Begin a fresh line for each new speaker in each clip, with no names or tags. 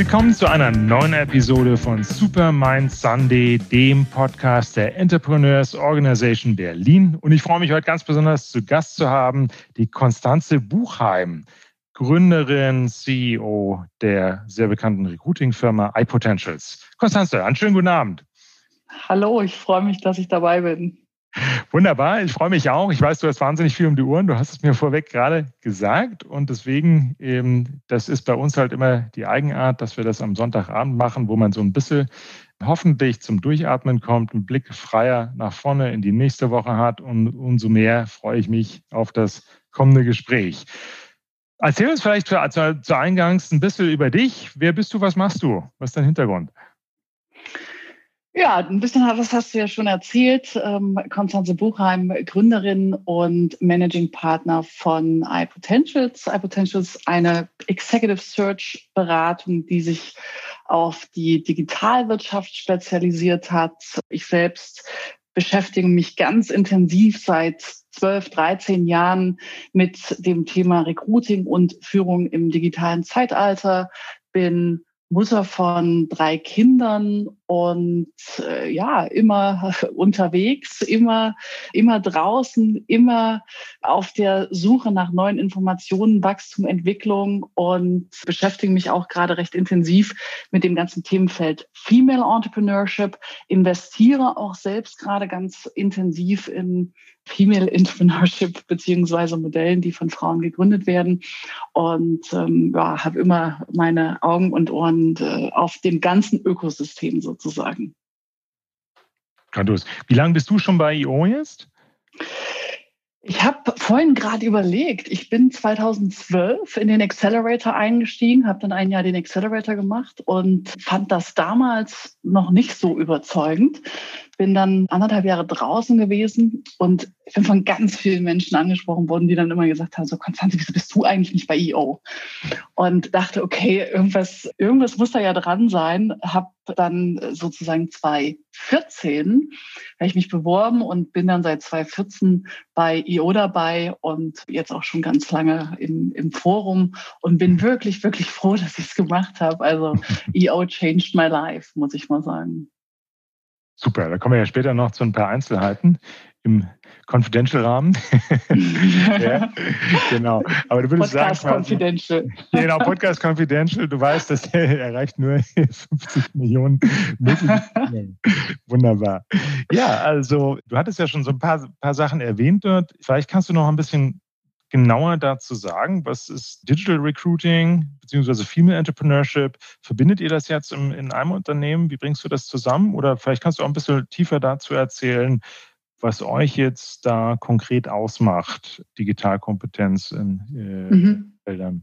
Willkommen zu einer neuen Episode von Supermind Sunday, dem Podcast der Entrepreneurs Organization Berlin. Und ich freue mich heute ganz besonders zu Gast zu haben, die Constanze Buchheim, Gründerin, CEO der sehr bekannten Recruiting-Firma iPotentials. Constanze, einen schönen guten Abend.
Hallo, ich freue mich, dass ich dabei bin.
Wunderbar, ich freue mich auch. Ich weiß, du hast wahnsinnig viel um die Ohren. Du hast es mir vorweg gerade gesagt. Und deswegen, das ist bei uns halt immer die Eigenart, dass wir das am Sonntagabend machen, wo man so ein bisschen hoffentlich zum Durchatmen kommt, einen Blick freier nach vorne in die nächste Woche hat. Und umso mehr freue ich mich auf das kommende Gespräch. Erzähl uns vielleicht zu Eingangs ein bisschen über dich. Wer bist du, was machst du? Was ist dein Hintergrund?
Ja, ein bisschen was hast du ja schon erzählt. Constanze Buchheim, Gründerin und Managing Partner von iPotentials. iPotentials, eine Executive Search Beratung, die sich auf die Digitalwirtschaft spezialisiert hat. Ich selbst beschäftige mich ganz intensiv seit 12, 13 Jahren mit dem Thema Recruiting und Führung im digitalen Zeitalter, bin Mutter von 3 Kindern und immer unterwegs, immer draußen, immer auf der Suche nach neuen Informationen, Wachstum, Entwicklung und beschäftige mich auch gerade recht intensiv mit dem ganzen Themenfeld Female Entrepreneurship, investiere auch selbst gerade ganz intensiv in Female Entrepreneurship beziehungsweise Modellen, die von Frauen gegründet werden und habe immer meine Augen und Ohren auf dem ganzen Ökosystem sozusagen.
Wie lange bist du schon bei IO jetzt?
Ich habe vorhin gerade überlegt, ich bin 2012 in den Accelerator eingestiegen, habe dann ein Jahr den Accelerator gemacht und fand das damals noch nicht so überzeugend. Bin dann 1,5 Jahre draußen gewesen und ich bin von ganz vielen Menschen angesprochen worden, die dann immer gesagt haben, so Constanze, wieso bist du eigentlich nicht bei IO? Und dachte, okay, irgendwas muss da ja dran sein. Habe dann sozusagen 2014 habe ich mich beworben und bin dann seit 2014 bei IO dabei und jetzt auch schon ganz lange im Forum und bin wirklich, wirklich froh, dass ich es gemacht habe. Also IO changed my life, muss ich mal sagen.
Super, da kommen wir ja später noch zu ein paar Einzelheiten im Confidential-Rahmen. Ja, genau. Aber du würdest
Podcast
sagen,
Confidential.
Genau, Podcast Confidential. Du weißt, das erreicht nur 50 Millionen. Wunderbar. Ja, also du hattest ja schon so ein paar Sachen erwähnt dort. Vielleicht kannst du noch ein bisschen genauer dazu sagen, was ist Digital Recruiting bzw. Female Entrepreneurship? Verbindet ihr das jetzt in einem Unternehmen? Wie bringst du das zusammen? Oder vielleicht kannst du auch ein bisschen tiefer dazu erzählen, was euch jetzt da konkret ausmacht, Digitalkompetenz in Feldern.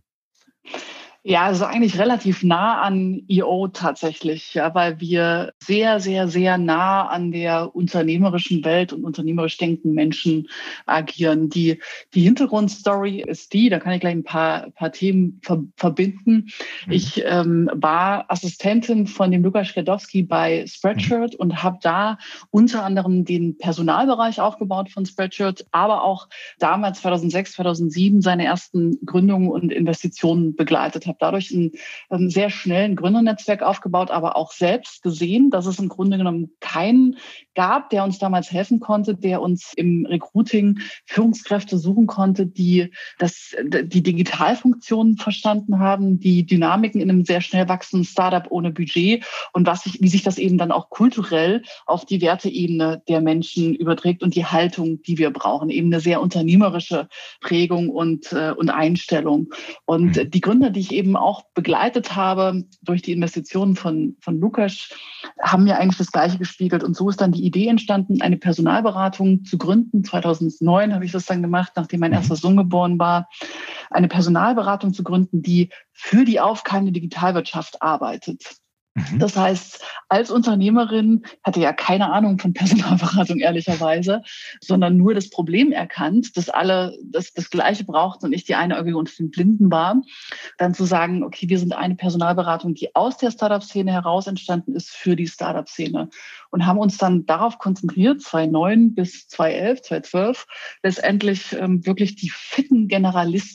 Ja, also eigentlich relativ nah an IO tatsächlich, ja, weil wir sehr, sehr, sehr nah an der unternehmerischen Welt und unternehmerisch denkenden Menschen agieren. Die Hintergrundstory ist da kann ich gleich ein paar Themen verbinden. Ich war Assistentin von dem Lukas Skladowski bei Spreadshirt und habe da unter anderem den Personalbereich aufgebaut von Spreadshirt, aber auch damals 2006, 2007 seine ersten Gründungen und Investitionen begleitet habe. Dadurch ein sehr schnellen Gründernetzwerk aufgebaut, aber auch selbst gesehen, dass es im Grunde genommen keinen gab, der uns damals helfen konnte, der uns im Recruiting Führungskräfte suchen konnte, die die Digitalfunktionen verstanden haben, die Dynamiken in einem sehr schnell wachsenden Startup ohne Budget und wie sich das eben dann auch kulturell auf die Werteebene der Menschen überträgt und die Haltung, die wir brauchen, eben eine sehr unternehmerische Prägung und Einstellung. Und die Gründer, die ich eben auch begleitet habe durch die Investitionen von Lukas, haben mir eigentlich das Gleiche gespiegelt. Und so ist dann die Idee entstanden, eine Personalberatung zu gründen. 2009 habe ich das dann gemacht, nachdem mein erster Sohn geboren war, eine Personalberatung zu gründen, die für die aufkeimende Digitalwirtschaft arbeitet. Das heißt, als Unternehmerin hatte ja keine Ahnung von Personalberatung, ehrlicherweise, sondern nur das Problem erkannt, dass alle das Gleiche brauchten und ich die Einäugige unter den Blinden war. Dann zu sagen, okay, wir sind eine Personalberatung, die aus der Startup-Szene heraus entstanden ist für die Startup-Szene und haben uns dann darauf konzentriert, 2009 bis 2011, 2012, letztendlich wirklich die fitten Generalisten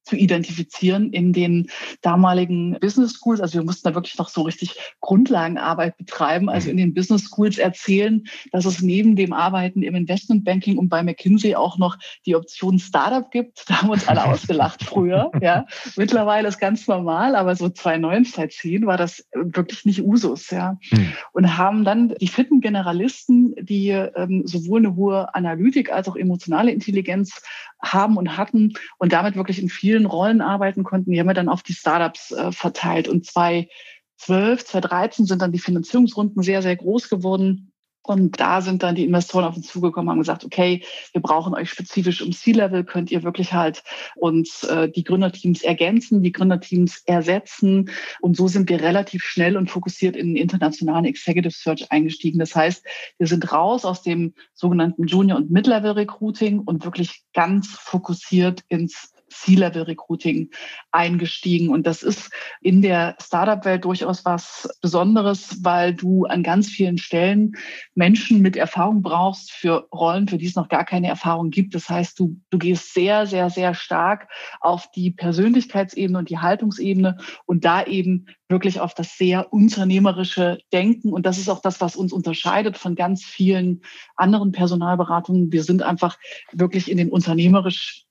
zu identifizieren in den damaligen Business Schools. Also wir mussten da wirklich noch so richtig Grundlagenarbeit betreiben. Also in den Business Schools erzählen, dass es neben dem Arbeiten im Investmentbanking und bei McKinsey auch noch die Option Startup gibt. Da haben wir uns alle ausgelacht früher. Ja. Mittlerweile ist ganz normal, aber so 2009, 2010 war das wirklich nicht Usus. Ja. Und haben dann die fitten Generalisten, die sowohl eine hohe Analytik als auch emotionale Intelligenz haben und hatten und damit wirklich in vielen Rollen arbeiten konnten. Die haben wir dann auf die Startups verteilt. Und 2012, 2013 sind dann die Finanzierungsrunden sehr, sehr groß geworden. Und da sind dann die Investoren auf uns zugekommen, haben gesagt, okay, wir brauchen euch spezifisch im C-Level, könnt ihr wirklich halt uns die Gründerteams ergänzen, die Gründerteams ersetzen. Und so sind wir relativ schnell und fokussiert in den internationalen Executive Search eingestiegen. Das heißt, wir sind raus aus dem sogenannten Junior- und Mid-Level-Recruiting und wirklich ganz fokussiert ins C-Level-Recruiting eingestiegen. Und das ist in der Startup-Welt durchaus was Besonderes, weil du an ganz vielen Stellen Menschen mit Erfahrung brauchst für Rollen, für die es noch gar keine Erfahrung gibt. Das heißt, du gehst sehr, sehr, sehr stark auf die Persönlichkeitsebene und die Haltungsebene und da eben wirklich auf das sehr unternehmerische Denken. Und das ist auch das, was uns unterscheidet von ganz vielen anderen Personalberatungen. Wir sind einfach wirklich in den unternehmerischen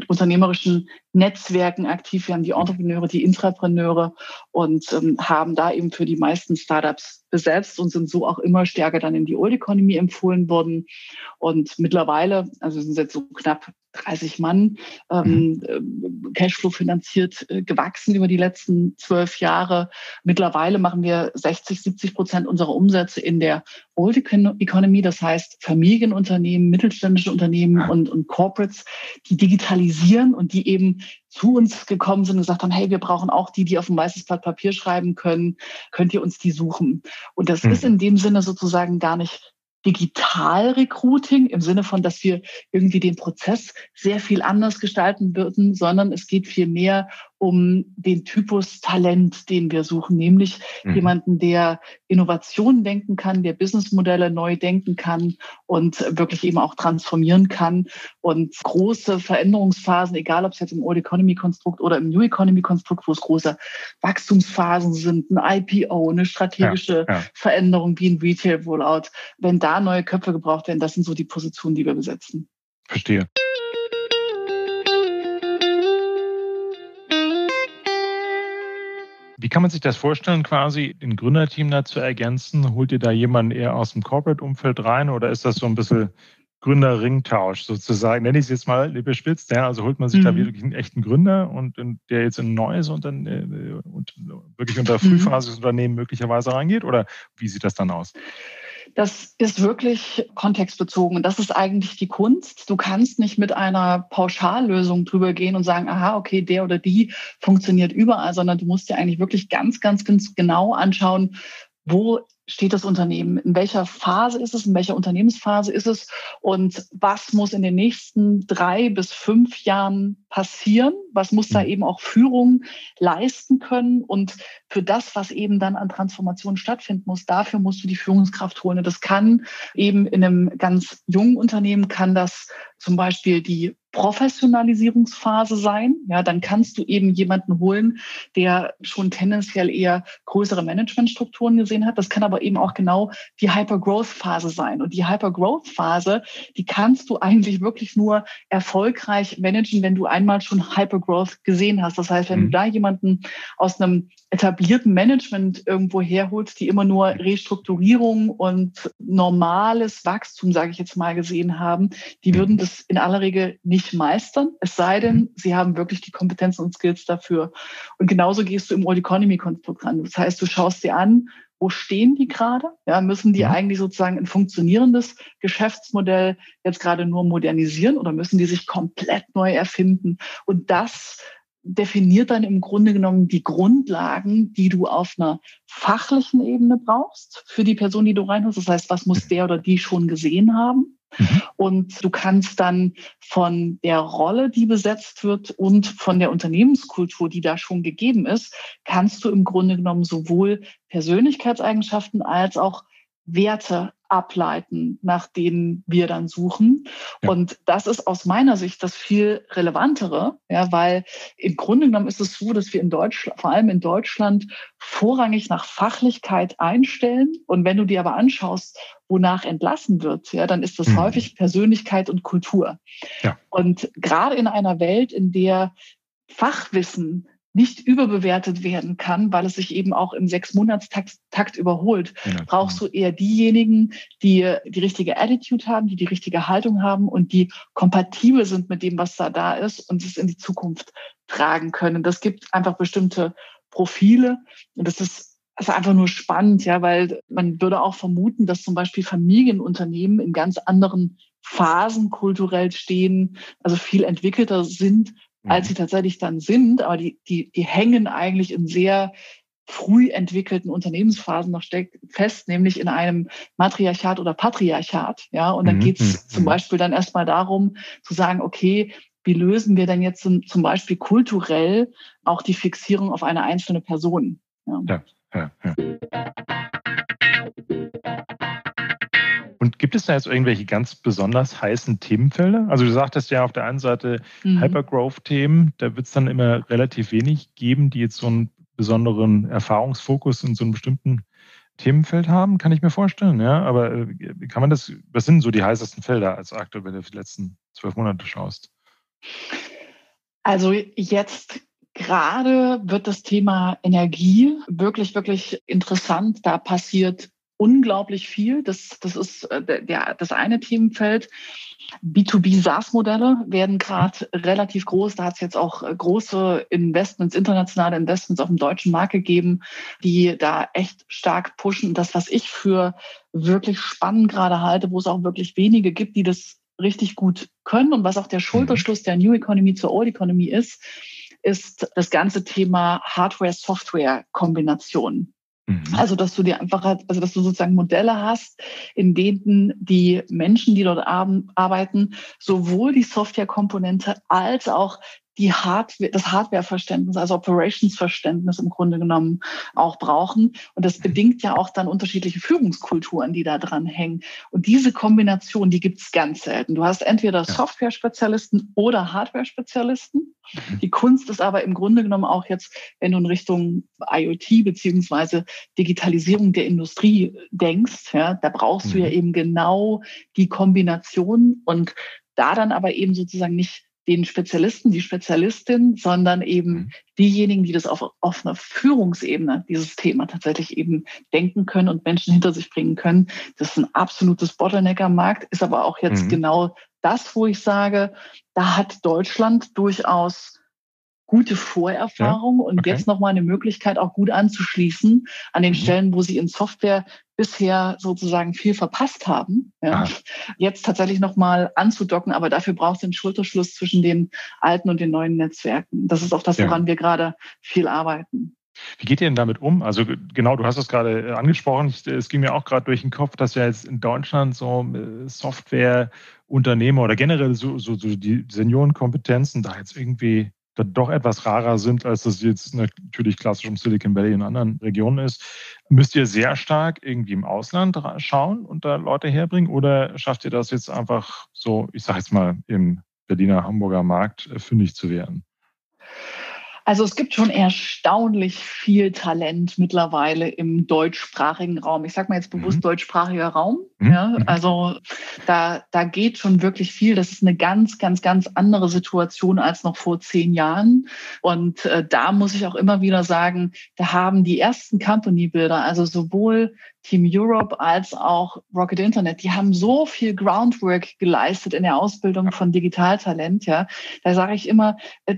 Netzwerken aktiv. Wir haben die Entrepreneure, die Intrapreneure und haben da eben für die meisten Startups besetzt und sind so auch immer stärker dann in die Old Economy empfohlen worden. Und mittlerweile, also sind jetzt so knapp 30 Mann, Cashflow finanziert gewachsen über die letzten 12 Jahre. Mittlerweile machen wir 60-70% unserer Umsätze in der Old Economy, das heißt Familienunternehmen, mittelständische Unternehmen und Corporates, die digitalisieren und die eben zu uns gekommen sind und gesagt haben, hey, wir brauchen auch die auf ein weißes Blatt Papier schreiben können, könnt ihr uns die suchen? Und das ist in dem Sinne sozusagen gar nicht Digital-Recruiting im Sinne von, dass wir irgendwie den Prozess sehr viel anders gestalten würden, sondern es geht vielmehr um den Typus Talent, den wir suchen, nämlich jemanden, der Innovationen denken kann, der Businessmodelle neu denken kann und wirklich eben auch transformieren kann und große Veränderungsphasen, egal ob es jetzt im Old Economy Konstrukt oder im New Economy Konstrukt, wo es große Wachstumsphasen sind, ein IPO, eine strategische Veränderung wie ein Retail Rollout, wenn da neue Köpfe gebraucht werden, das sind so die Positionen, die wir besetzen.
Verstehe. Wie kann man sich das vorstellen, quasi ein Gründerteam da zu ergänzen? Holt ihr da jemanden eher aus dem Corporate-Umfeld rein oder ist das so ein bisschen Gründer-Ringtausch sozusagen? Nenne ich es jetzt mal überspitzt. Ja? Also holt man sich da wirklich einen echten Gründer und der jetzt in ein neues Unternehmen und wirklich unter Frühphase des Unternehmen möglicherweise reingeht? Oder wie sieht das dann aus?
Das ist wirklich kontextbezogen. Das ist eigentlich die Kunst. Du kannst nicht mit einer Pauschallösung drüber gehen und sagen, aha, okay, der oder die funktioniert überall, sondern du musst dir eigentlich wirklich ganz, ganz, ganz genau anschauen, wo steht das Unternehmen, in welcher Phase ist es, in welcher Unternehmensphase ist es und was muss in den nächsten 3 bis 5 Jahren passieren, was muss da eben auch Führung leisten können und für das, was eben dann an Transformation stattfinden muss, dafür musst du die Führungskraft holen. Und das kann eben in einem ganz jungen Unternehmen, kann das zum Beispiel die Professionalisierungsphase sein. Ja, dann kannst du eben jemanden holen, der schon tendenziell eher größere Managementstrukturen gesehen hat. Das kann aber eben auch genau die Hyper-Growth-Phase sein. Und die Hyper-Growth-Phase, die kannst du eigentlich wirklich nur erfolgreich managen, wenn du einmal schon Hyper-Growth gesehen hast. Das heißt, wenn du da jemanden aus einem etablierten Management irgendwo herholst, die immer nur Restrukturierung und normales Wachstum, sage ich jetzt mal, gesehen haben, die würden das in aller Regel nicht meistern, es sei denn, sie haben wirklich die Kompetenzen und Skills dafür. Und genauso gehst du im Old Economy Konstrukt an. Das heißt, du schaust dir an, wo stehen die gerade? Ja, müssen die eigentlich sozusagen ein funktionierendes Geschäftsmodell jetzt gerade nur modernisieren oder müssen die sich komplett neu erfinden? Und das definiert dann im Grunde genommen die Grundlagen, die du auf einer fachlichen Ebene brauchst für die Person, die du reinholst. Das heißt, was muss der oder die schon gesehen haben? Und du kannst dann von der Rolle, die besetzt wird und von der Unternehmenskultur, die da schon gegeben ist, kannst du im Grunde genommen sowohl Persönlichkeitseigenschaften als auch Werte ableiten, nach denen wir dann suchen. Ja. Und das ist aus meiner Sicht das viel Relevantere, ja, weil im Grunde genommen ist es so, dass wir in Deutschland, vor allem in Deutschland, vorrangig nach Fachlichkeit einstellen. Und wenn du dir aber anschaust, wonach entlassen wird, ja, dann ist das häufig Persönlichkeit und Kultur. Ja. Und gerade in einer Welt, in der Fachwissen nicht überbewertet werden kann, weil es sich eben auch im 6-Monats-Takt überholt, brauchst du eher diejenigen, die die richtige Attitude haben, die die richtige Haltung haben und die kompatibel sind mit dem, was da ist und es in die Zukunft tragen können. Das gibt einfach bestimmte Profile und das ist einfach nur spannend, ja, weil man würde auch vermuten, dass zum Beispiel Familienunternehmen in ganz anderen Phasen kulturell stehen, also viel entwickelter sind, als sie tatsächlich dann sind, aber die hängen eigentlich in sehr früh entwickelten Unternehmensphasen noch fest, nämlich in einem Matriarchat oder Patriarchat. Ja, und dann geht es zum Beispiel dann erstmal darum zu sagen, okay, wie lösen wir denn jetzt zum Beispiel kulturell auch die Fixierung auf eine einzelne Person? Ja.
Und gibt es da jetzt irgendwelche ganz besonders heißen Themenfelder? Also du sagtest ja auf der einen Seite Hypergrowth-Themen, da wird es dann immer relativ wenig geben, die jetzt so einen besonderen Erfahrungsfokus in so einem bestimmten Themenfeld haben, kann ich mir vorstellen. Ja, aber kann man was sind so die heißesten Felder als aktuell, wenn du die letzten 12 Monate schaust?
Also jetzt gerade wird das Thema Energie wirklich, wirklich interessant. Da passiert unglaublich viel. Das ist das eine Themenfeld. B2B SaaS-Modelle werden gerade relativ groß. Da hat es jetzt auch große Investments, internationale Investments auf dem deutschen Markt gegeben, die da echt stark pushen. Das, was ich für wirklich spannend gerade halte, wo es auch wirklich wenige gibt, die das richtig gut können und was auch der Schulterschluss der New Economy zur Old Economy ist das ganze Thema Hardware-Software-Kombination. Also, dass du dass du sozusagen Modelle hast, in denen die Menschen, die dort arbeiten, sowohl die Softwarekomponente als auch das Hardware-Verständnis, also Operations-Verständnis im Grunde genommen auch brauchen. Und das bedingt ja auch dann unterschiedliche Führungskulturen, die da dran hängen. Und diese Kombination, die gibt es ganz selten. Du hast entweder Software-Spezialisten oder Hardware-Spezialisten. Die Kunst ist aber im Grunde genommen auch jetzt, wenn du in Richtung IoT beziehungsweise Digitalisierung der Industrie denkst, ja, da brauchst du ja eben genau die Kombination und da dann aber eben sozusagen nicht den Spezialisten, die Spezialistin, sondern eben diejenigen, die das auf einer Führungsebene, dieses Thema tatsächlich eben denken können und Menschen hinter sich bringen können. Das ist ein absolutes Bottleneck am Markt, ist aber auch jetzt genau das, wo ich sage, da hat Deutschland durchaus gute Vorerfahrung und jetzt nochmal eine Möglichkeit, auch gut anzuschließen an den Stellen, wo sie in Software bisher sozusagen viel verpasst haben. Ja. Jetzt tatsächlich nochmal anzudocken, aber dafür braucht es den Schulterschluss zwischen den alten und den neuen Netzwerken. Das ist auch das, woran wir gerade viel arbeiten.
Wie geht ihr denn damit um? Also genau, du hast es gerade angesprochen. Es ging mir auch gerade durch den Kopf, dass ja jetzt in Deutschland so Softwareunternehmer oder generell so die Seniorenkompetenzen da jetzt irgendwie doch etwas rarer sind, als das jetzt natürlich klassisch im Silicon Valley und anderen Regionen ist. Müsst ihr sehr stark irgendwie im Ausland schauen und da Leute herbringen oder schafft ihr das jetzt einfach so, ich sage jetzt mal, im Berliner, Hamburger Markt fündig zu werden?
Also es gibt schon erstaunlich viel Talent mittlerweile im deutschsprachigen Raum. Ich sage mal jetzt bewusst deutschsprachiger Raum. Ja, also da geht schon wirklich viel. Das ist eine ganz, ganz, ganz andere Situation als noch vor 10 Jahren. Und da muss ich auch immer wieder sagen, da haben die ersten Company-Builder, also sowohl Team Europe als auch Rocket Internet, die haben so viel Groundwork geleistet in der Ausbildung von Digitaltalent. Ja, da sage ich immer,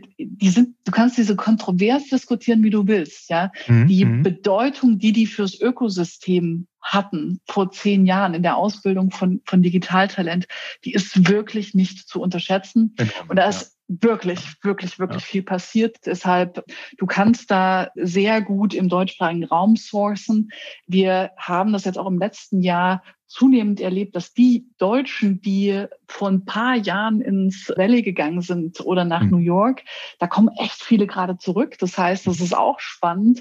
du kannst diese kontrovers diskutieren, wie du willst. Ja, die Bedeutung, die fürs Ökosystem hatten vor 10 Jahren in der Ausbildung von Digitaltalent, die ist wirklich nicht zu unterschätzen. Und da ist wirklich, wirklich, wirklich viel passiert. Deshalb, du kannst da sehr gut im deutschsprachigen Raum sourcen. Wir haben das jetzt auch im letzten Jahr zunehmend erlebt, dass die Deutschen, die vor ein paar Jahren ins Valley gegangen sind oder nach New York, da kommen echt viele gerade zurück. Das heißt, das ist auch spannend,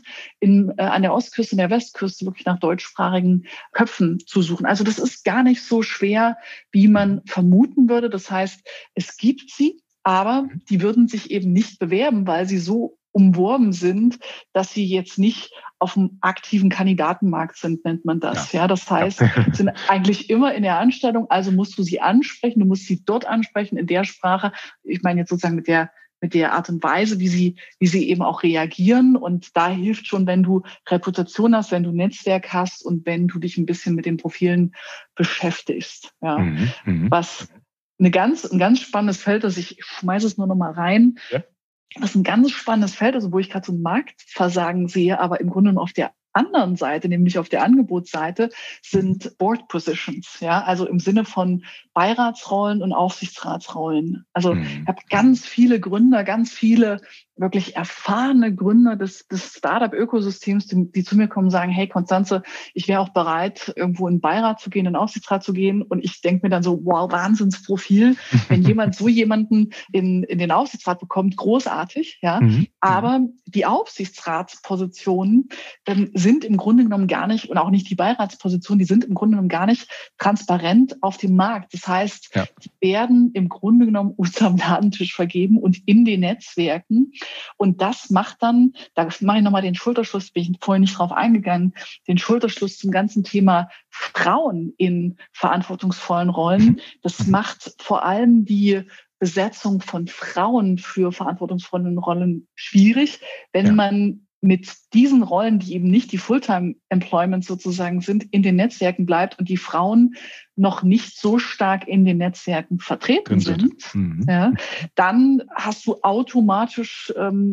an der Ostküste, in der Westküste wirklich nach deutschsprachigen Köpfen zu suchen. Also das ist gar nicht so schwer, wie man vermuten würde. Das heißt, es gibt sie, aber die würden sich eben nicht bewerben, weil sie so umworben sind, dass sie jetzt nicht auf dem aktiven Kandidatenmarkt sind, nennt man das. Ja, das heißt, sind eigentlich immer in der Anstellung, also musst du sie ansprechen, du musst sie dort ansprechen, in der Sprache. Ich meine jetzt sozusagen mit der Art und Weise, wie sie eben auch reagieren. Und da hilft schon, wenn du Reputation hast, wenn du Netzwerk hast und wenn du dich ein bisschen mit den Profilen beschäftigst. Ja. Was ein ganz spannendes Feld ist, ich schmeiße es nur noch mal rein. Ja. Das ist ein ganz spannendes Feld, also wo ich gerade so ein Marktversagen sehe, aber im Grunde auf der anderen Seite, nämlich auf der Angebotsseite, sind Board Positions, ja, also im Sinne von Beiratsrollen und Aufsichtsratsrollen. Also ich habe ganz viele Gründer, ganz viele wirklich erfahrene Gründer des Startup-Ökosystems, die zu mir kommen und sagen, hey Constanze, ich wäre auch bereit, irgendwo in den Beirat zu gehen, in den Aufsichtsrat zu gehen. Und ich denke mir dann so, wow, Wahnsinnsprofil. Wenn jemand so jemanden in den Aufsichtsrat bekommt, großartig, ja. Aber die Aufsichtsratspositionen sind im Grunde genommen gar nicht, und auch nicht die Beiratspositionen, die sind im Grunde genommen gar nicht transparent auf dem Markt. Das heißt, die werden im Grunde genommen unterm Ladentisch vergeben und in den Netzwerken. Und das macht dann, da mache ich nochmal den Schulterschluss, bin ich vorhin nicht drauf eingegangen, den Schulterschluss zum ganzen Thema Frauen in verantwortungsvollen Rollen. Das macht vor allem die Besetzung von Frauen für verantwortungsvolle Rollen schwierig, wenn man mit diesen Rollen, die eben nicht die Fulltime-Employment sozusagen sind, in den Netzwerken bleibt und die Frauen noch nicht so stark in den Netzwerken vertreten sind, ja, dann hast du automatisch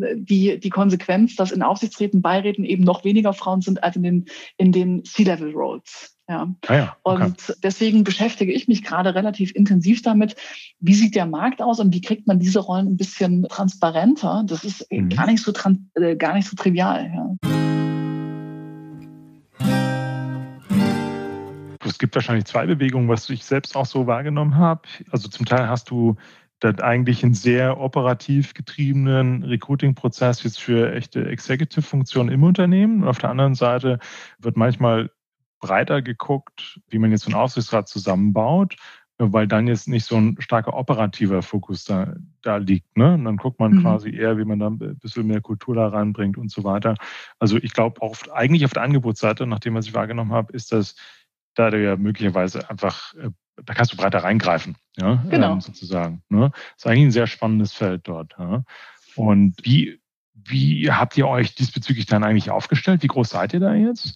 die Konsequenz, dass in Aufsichtsräten, Beiräten eben noch weniger Frauen sind als in den C-Level-Roles. Ja. Okay. Und deswegen beschäftige ich mich gerade relativ intensiv damit, wie sieht der Markt aus und wie kriegt man diese Rollen ein bisschen transparenter. Das ist gar nicht so trivial. Ja.
Es gibt wahrscheinlich zwei Bewegungen, was ich selbst auch so wahrgenommen habe. Also zum Teil hast du dann eigentlich einen sehr operativ getriebenen Recruiting-Prozess jetzt für echte Executive-Funktionen im Unternehmen. Und auf der anderen Seite wird manchmal breiter geguckt, wie man jetzt so einen Aufsichtsrat zusammenbaut, weil dann jetzt nicht so ein starker operativer Fokus da liegt. Ne? Und dann guckt man quasi eher, wie man da ein bisschen mehr Kultur da reinbringt und so weiter. Also ich glaube, eigentlich auf der Angebotsseite, nach dem, was ich wahrgenommen habe, ist das, da du ja möglicherweise einfach, da kannst du breiter reingreifen, ja,
genau.
Sozusagen. Ne? Das ist eigentlich ein sehr spannendes Feld dort. Ja? Und wie habt ihr euch diesbezüglich dann eigentlich aufgestellt? Wie groß seid ihr da jetzt?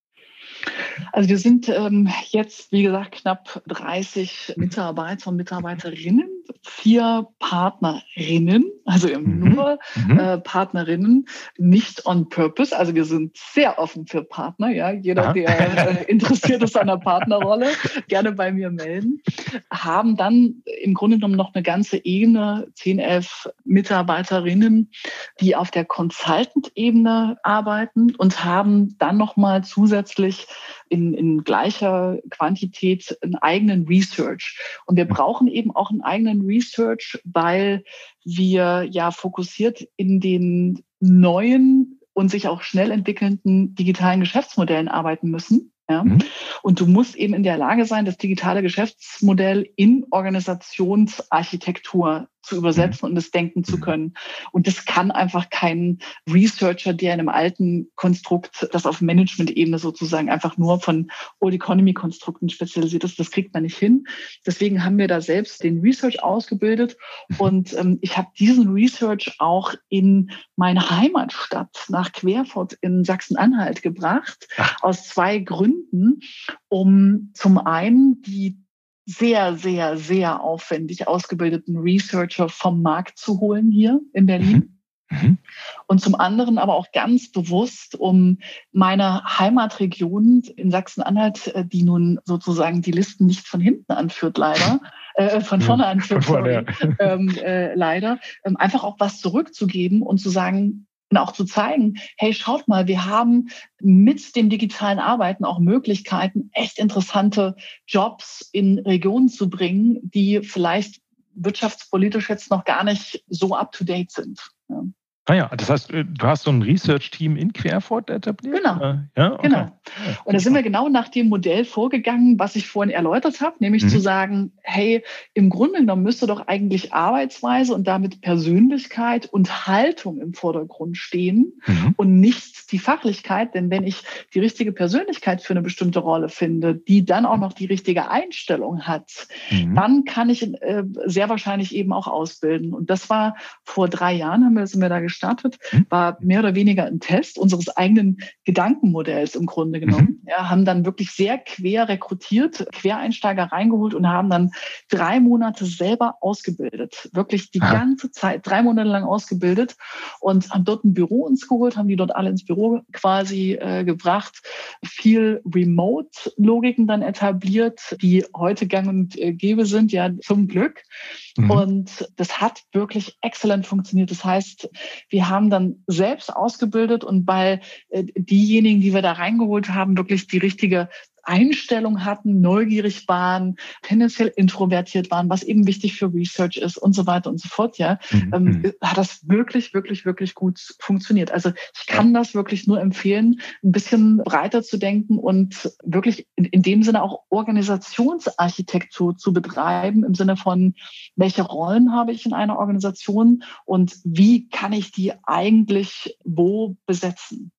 Also wir sind jetzt, wie gesagt, knapp 30 Mitarbeiter und Mitarbeiterinnen, 4 Partnerinnen, also nur Partnerinnen, nicht on purpose. Also wir sind sehr offen für Partner. Ja, jeder, der interessiert ist an der Partnerrolle, gerne bei mir melden. Haben dann im Grunde genommen noch eine ganze Ebene, 10, 11 Mitarbeiterinnen, die auf der Consultant-Ebene arbeiten und haben dann nochmal zusätzlich in gleicher Quantität einen eigenen Research. Und wir brauchen eben auch einen eigenen Research, weil wir ja fokussiert in den neuen und sich auch schnell entwickelnden digitalen Geschäftsmodellen arbeiten müssen. Ja? Und du musst eben in der Lage sein, das digitale Geschäftsmodell in Organisationsarchitektur zu übersetzen und es denken zu können. Und das kann einfach kein Researcher, der in einem alten Konstrukt, das auf Management-Ebene sozusagen einfach nur von Old Economy-Konstrukten spezialisiert ist, das kriegt man nicht hin. Deswegen haben wir da selbst den Research ausgebildet und ich habe diesen Research auch in meine Heimatstadt nach Querfurt in Sachsen-Anhalt gebracht, aus 2 Gründen, um zum einen die sehr, sehr, sehr aufwendig ausgebildeten Researcher vom Markt zu holen hier in Berlin. Und zum anderen aber auch ganz bewusst, um meine Heimatregion in Sachsen-Anhalt, die nun sozusagen die Listen nicht von hinten anführt, leider, von vorne anführen,
von vorne,
sorry, leider, einfach auch was zurückzugeben und zu sagen, und auch zu zeigen, hey, schaut mal, wir haben mit dem digitalen Arbeiten auch Möglichkeiten, echt interessante Jobs in Regionen zu bringen, die vielleicht wirtschaftspolitisch jetzt noch gar nicht so up-to-date sind. Ja.
Ah ja, das heißt, du hast so ein Research-Team in Querfurt etabliert?
Genau.
Ja, okay.
Genau.
Ja,
und da sind wir genau nach dem Modell vorgegangen, was ich vorhin erläutert habe, nämlich zu sagen, hey, im Grunde genommen müsste doch eigentlich Arbeitsweise und damit Persönlichkeit und Haltung im Vordergrund stehen und nicht die Fachlichkeit. Denn wenn ich die richtige Persönlichkeit für eine bestimmte Rolle finde, die dann auch noch die richtige Einstellung hat, dann kann ich sehr wahrscheinlich eben auch ausbilden. Und das war vor 3 Jahren, sind wir da gestartet, war mehr oder weniger ein Test unseres eigenen Gedankenmodells im Grunde genommen. Ja, haben dann wirklich sehr quer rekrutiert, Quereinsteiger reingeholt und haben dann 3 Monate selber ausgebildet. Wirklich die ganze Zeit, 3 Monate lang ausgebildet und haben dort ein Büro uns geholt, haben die dort alle ins Büro quasi gebracht, viel Remote-Logiken dann etabliert, die heute gang und gäbe sind, ja, zum Glück. Und das hat wirklich exzellent funktioniert. Das heißt, wir haben dann selbst ausgebildet und weil diejenigen, die wir da reingeholt haben, wirklich die richtige Einstellung hatten, neugierig waren, tendenziell introvertiert waren, was eben wichtig für Research ist und so weiter und so fort, ja, hat das wirklich, wirklich, wirklich gut funktioniert. Also ich kann das wirklich nur empfehlen, ein bisschen breiter zu denken und wirklich in dem Sinne auch Organisationsarchitektur zu betreiben, im Sinne von, welche Rollen habe ich in einer Organisation und wie kann ich die eigentlich wo besetzen?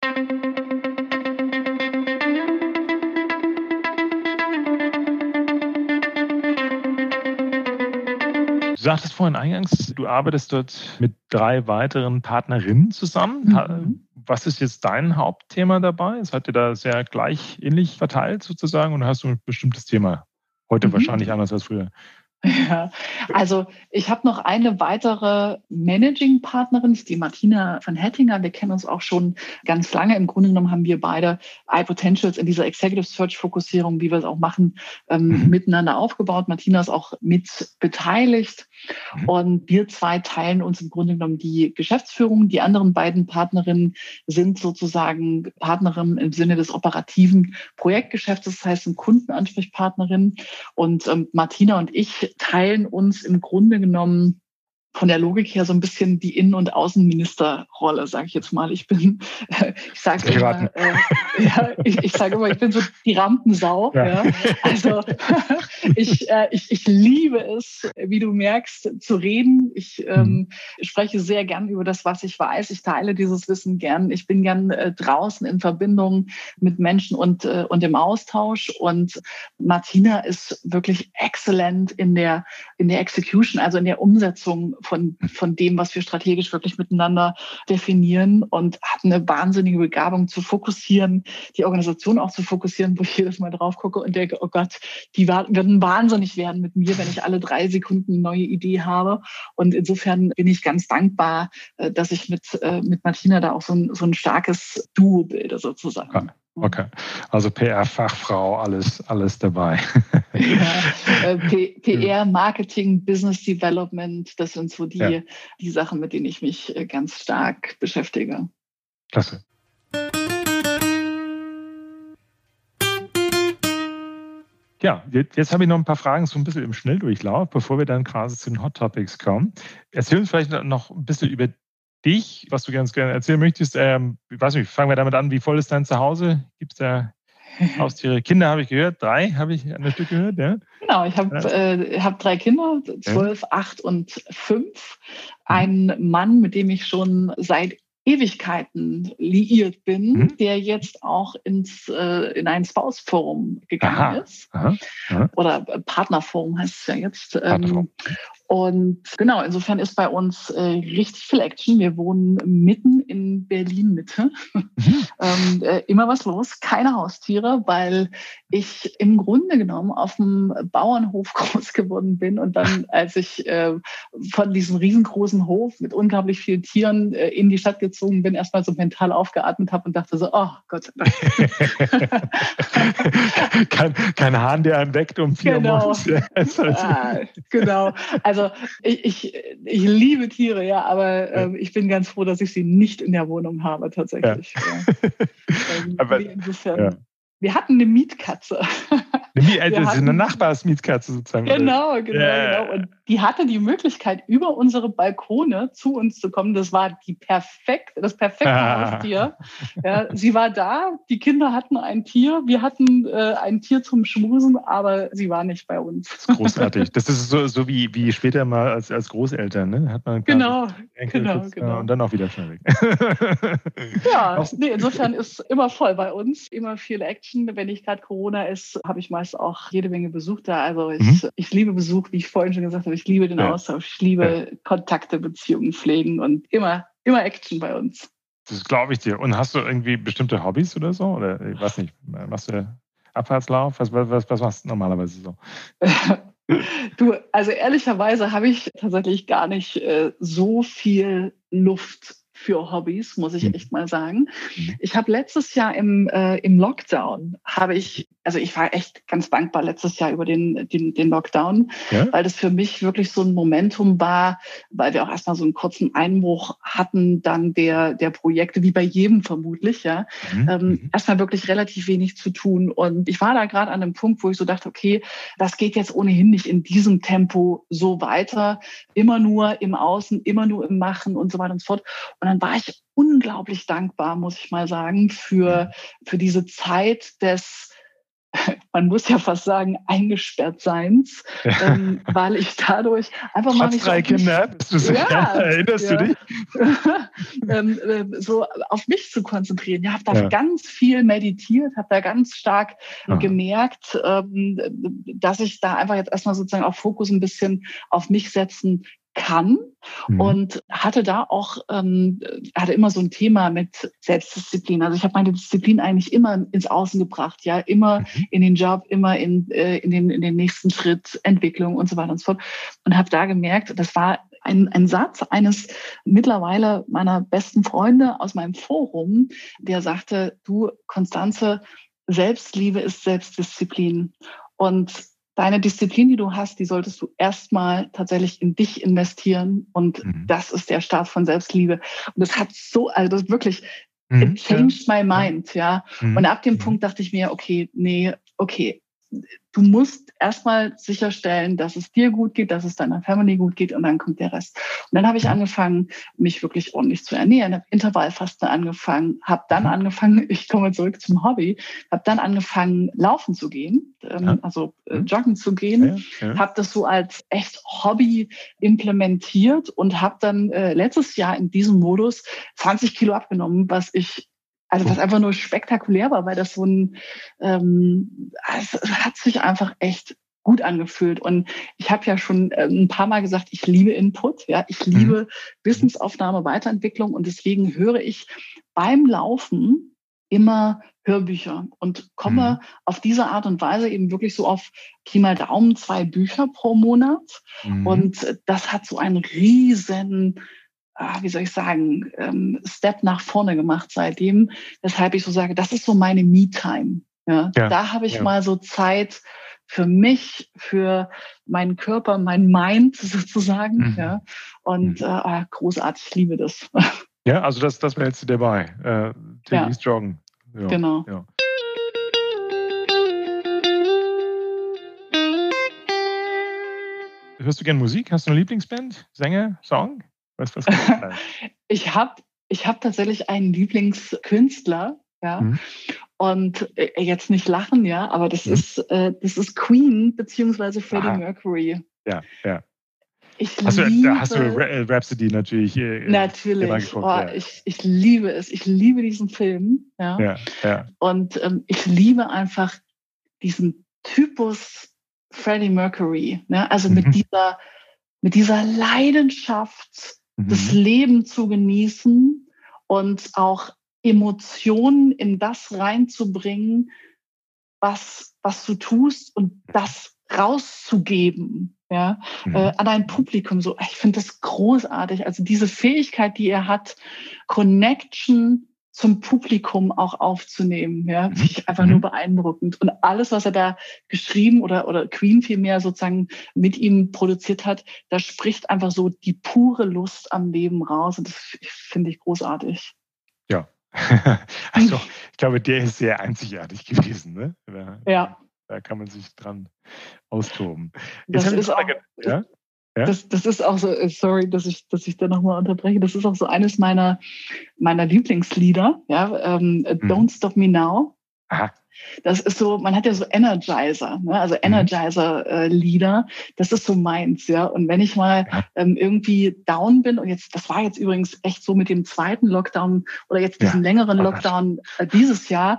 Du sagtest vorhin eingangs, du arbeitest dort mit 3 weiteren Partnerinnen zusammen. Was ist jetzt dein Hauptthema dabei? Seid ihr da sehr gleich ähnlich verteilt sozusagen oder hast du ein bestimmtes Thema? Heute wahrscheinlich anders als früher.
Ja, also ich habe noch eine weitere Managing-Partnerin, die Martina van Hettinger. Wir kennen uns auch schon ganz lange. Im Grunde genommen haben wir beide iPotentials in dieser Executive Search-Fokussierung, wie wir es auch machen, miteinander aufgebaut. Martina ist auch mit beteiligt. Und wir 2 teilen uns im Grunde genommen die Geschäftsführung. Die anderen beiden Partnerinnen sind sozusagen Partnerinnen im Sinne des operativen Projektgeschäfts, das heißt eine Kundenansprechpartnerin. Und Martina und ich teilen uns im Grunde genommen von der Logik her so ein bisschen die Innen- und Außenministerrolle, sage ich jetzt mal. Ich sage immer, ich sage immer, ich bin so die Rampensau. Ja. Also ich liebe es, wie du merkst, zu reden. Ich spreche sehr gern über das, was ich weiß. Ich teile dieses Wissen gern. Ich bin gern draußen in Verbindung mit Menschen und im Austausch. Und Martina ist wirklich exzellent in der Execution, also in der Umsetzung von dem, was wir strategisch wirklich miteinander definieren und hat eine wahnsinnige Begabung zu fokussieren, die Organisation auch zu fokussieren, wo ich jedes Mal drauf gucke und denke, oh Gott, die würden wahnsinnig werden mit mir, wenn ich alle 3 Sekunden eine neue Idee habe. Und insofern bin ich ganz dankbar, dass ich mit Martina da auch so ein starkes Duo bilde sozusagen.
Okay, also PR-Fachfrau, alles dabei.
Ja, PR, Marketing, Business Development, das sind so die Sachen, mit denen ich mich ganz stark beschäftige.
Klasse. Ja, jetzt habe ich noch ein paar Fragen so ein bisschen im Schnelldurchlauf, bevor wir dann quasi zu den Hot Topics kommen. Erzähl uns vielleicht noch ein bisschen über dich, was du ganz gerne erzählen möchtest. Ich weiß nicht, fangen wir damit an, wie voll ist dein Zuhause? Gibt es da Haustiere? Kinder habe ich gehört, 3 habe ich an der Stück gehört, ja?
Genau, ich habe 3 Kinder, 12, 8 und 5. Einen Mann, mit dem ich schon seit Ewigkeiten liiert bin, der jetzt auch in ein Spouse-Forum gegangen ist. Oder Partnerforum heißt es ja jetzt. Und genau, insofern ist bei uns richtig viel Action. Wir wohnen mitten in Berlin-Mitte. Immer was los, keine Haustiere, weil ich im Grunde genommen auf dem Bauernhof groß geworden bin und dann, als ich von diesem riesengroßen Hof mit unglaublich vielen Tieren in die Stadt gezogen bin, erstmal so mental aufgeatmet habe und dachte so, oh Gott sei
Dank. kein Hahn, der einen weckt um 4 Uhr morgens.
Genau. Also ich liebe Tiere, ja, aber ich bin ganz froh, dass ich sie nicht in der Wohnung habe, tatsächlich. Ja.
Aber,
insofern, wir hatten eine Mietkatze.
Eine Nachbarsmietkatze sozusagen.
Genau. Und die hatte die Möglichkeit, über unsere Balkone zu uns zu kommen. Das war das perfekte Haustier. Ja, sie war da, die Kinder hatten ein Tier, wir hatten ein Tier zum Schmusen, aber sie war nicht bei uns.
Das ist großartig. Das ist so wie später mal als Großeltern, ne? Hat man
genau.
Und dann auch wieder schnell weg.
Ja, insofern ist immer voll bei uns, immer viel Action. Wenn nicht gerade Corona ist, habe ich meist auch jede Menge Besuch da. Also ich liebe Besuch, wie ich vorhin schon gesagt habe. Ich liebe den Austausch, ich liebe Kontakte, Beziehungen pflegen und immer Action bei uns.
Das glaube ich dir. Und hast du irgendwie bestimmte Hobbys oder so? Oder ich weiß nicht, machst du Abfahrtslauf? Was machst du normalerweise so?
Du, also ehrlicherweise habe ich tatsächlich gar nicht so viel Luft für Hobbys, muss ich echt mal sagen. Ich habe letztes Jahr im Lockdown, ich war echt ganz dankbar letztes Jahr über den Lockdown, weil das für mich wirklich so ein Momentum war, weil wir auch erstmal so einen kurzen Einbruch hatten, dann der Projekte, wie bei jedem vermutlich, erstmal wirklich relativ wenig zu tun. Und ich war da gerade an einem Punkt, wo ich so dachte, okay, das geht jetzt ohnehin nicht in diesem Tempo so weiter, immer nur im Außen, immer nur im Machen und so weiter und so fort. Und dann war ich unglaublich dankbar, muss ich mal sagen, für diese Zeit des, man muss ja fast sagen, Eingesperrtseins, weil ich dadurch einfach mal
mich 3 Kinder, erinnerst du dich?
So auf mich zu konzentrieren. Ja, habe da ganz viel meditiert, habe da ganz stark gemerkt, dass ich da einfach jetzt erstmal sozusagen auch Fokus ein bisschen auf mich setzen kann und hatte da auch hatte immer so ein Thema mit Selbstdisziplin. Also ich habe meine Disziplin eigentlich immer ins Außen gebracht, immer in den Job, immer in den nächsten Schritt, Entwicklung und so weiter und so fort. Und habe da gemerkt, das war ein Satz eines mittlerweile meiner besten Freunde aus meinem Forum, der sagte, du, Constanze, Selbstliebe ist Selbstdisziplin. Und deine Disziplin, die du hast, die solltest du erstmal tatsächlich in dich investieren. Und das ist der Start von Selbstliebe. Und das hat das wirklich, it changed my mind, Und ab dem Punkt dachte ich mir, okay, du musst erstmal sicherstellen, dass es dir gut geht, dass es deiner Family gut geht und dann kommt der Rest. Und dann habe ich angefangen, mich wirklich ordentlich zu ernähren, habe Intervallfasten angefangen, habe dann angefangen, ich komme zurück zum Hobby, habe dann angefangen, laufen zu gehen, joggen zu gehen, habe das so als echt Hobby implementiert und habe dann letztes Jahr in diesem Modus 20 Kilo abgenommen, was einfach nur spektakulär war, weil das so es hat sich einfach echt gut angefühlt. Und ich habe ja schon ein paar Mal gesagt, ich liebe Input, ich liebe Wissensaufnahme, Weiterentwicklung und deswegen höre ich beim Laufen immer Hörbücher und komme auf diese Art und Weise eben wirklich so auf Pi mal Daumen 2 Bücher pro Monat. Und das hat so einen riesen Step nach vorne gemacht seitdem, weshalb ich so sage, das ist so meine Me-Time. Da habe ich mal so Zeit für mich, für meinen Körper, mein Mind sozusagen. Und großartig, ich liebe das.
Ja, also das wäre jetzt dabei. Tägliches Joggen. Ja,
genau.
Ja. Hörst du gerne Musik? Hast du eine Lieblingsband? Sänger? Song? Was
Ich habe tatsächlich einen Lieblingskünstler, und jetzt nicht lachen, aber das ist Queen beziehungsweise Freddie Mercury.
Ja.
Hast
du Rhapsody natürlich?
Natürlich. Geguckt, ich liebe es. Ich liebe diesen Film. Ja. Und ich liebe einfach diesen Typus Freddie Mercury. Ne? Also mit dieser mit dieser Leidenschaft das Leben zu genießen und auch Emotionen in das reinzubringen, was du tust und das rauszugeben, ja, an ein Publikum. So, ich finde das großartig. Also diese Fähigkeit, die er hat, Connection zum Publikum auch aufzunehmen, ja, finde ich einfach nur beeindruckend. Und alles, was er da geschrieben oder Queen vielmehr sozusagen mit ihm produziert hat, da spricht einfach so die pure Lust am Leben raus. Und das finde ich großartig.
Ja. Also, ich glaube, der ist sehr einzigartig gewesen, ne? Da kann man sich dran austoben.
Das ist auch,
ja?
Das ist auch so, sorry, dass ich da nochmal unterbreche, das ist auch so eines meiner Lieblingslieder, ja, Don't Stop Me Now.
Aha.
Das ist so, man hat ja so Energizer, ne? Also Energizer-Lieder, das ist so meins, ja. Und wenn ich mal irgendwie down bin, und das war jetzt übrigens echt so mit dem zweiten Lockdown oder jetzt diesen längeren Lockdown dieses Jahr,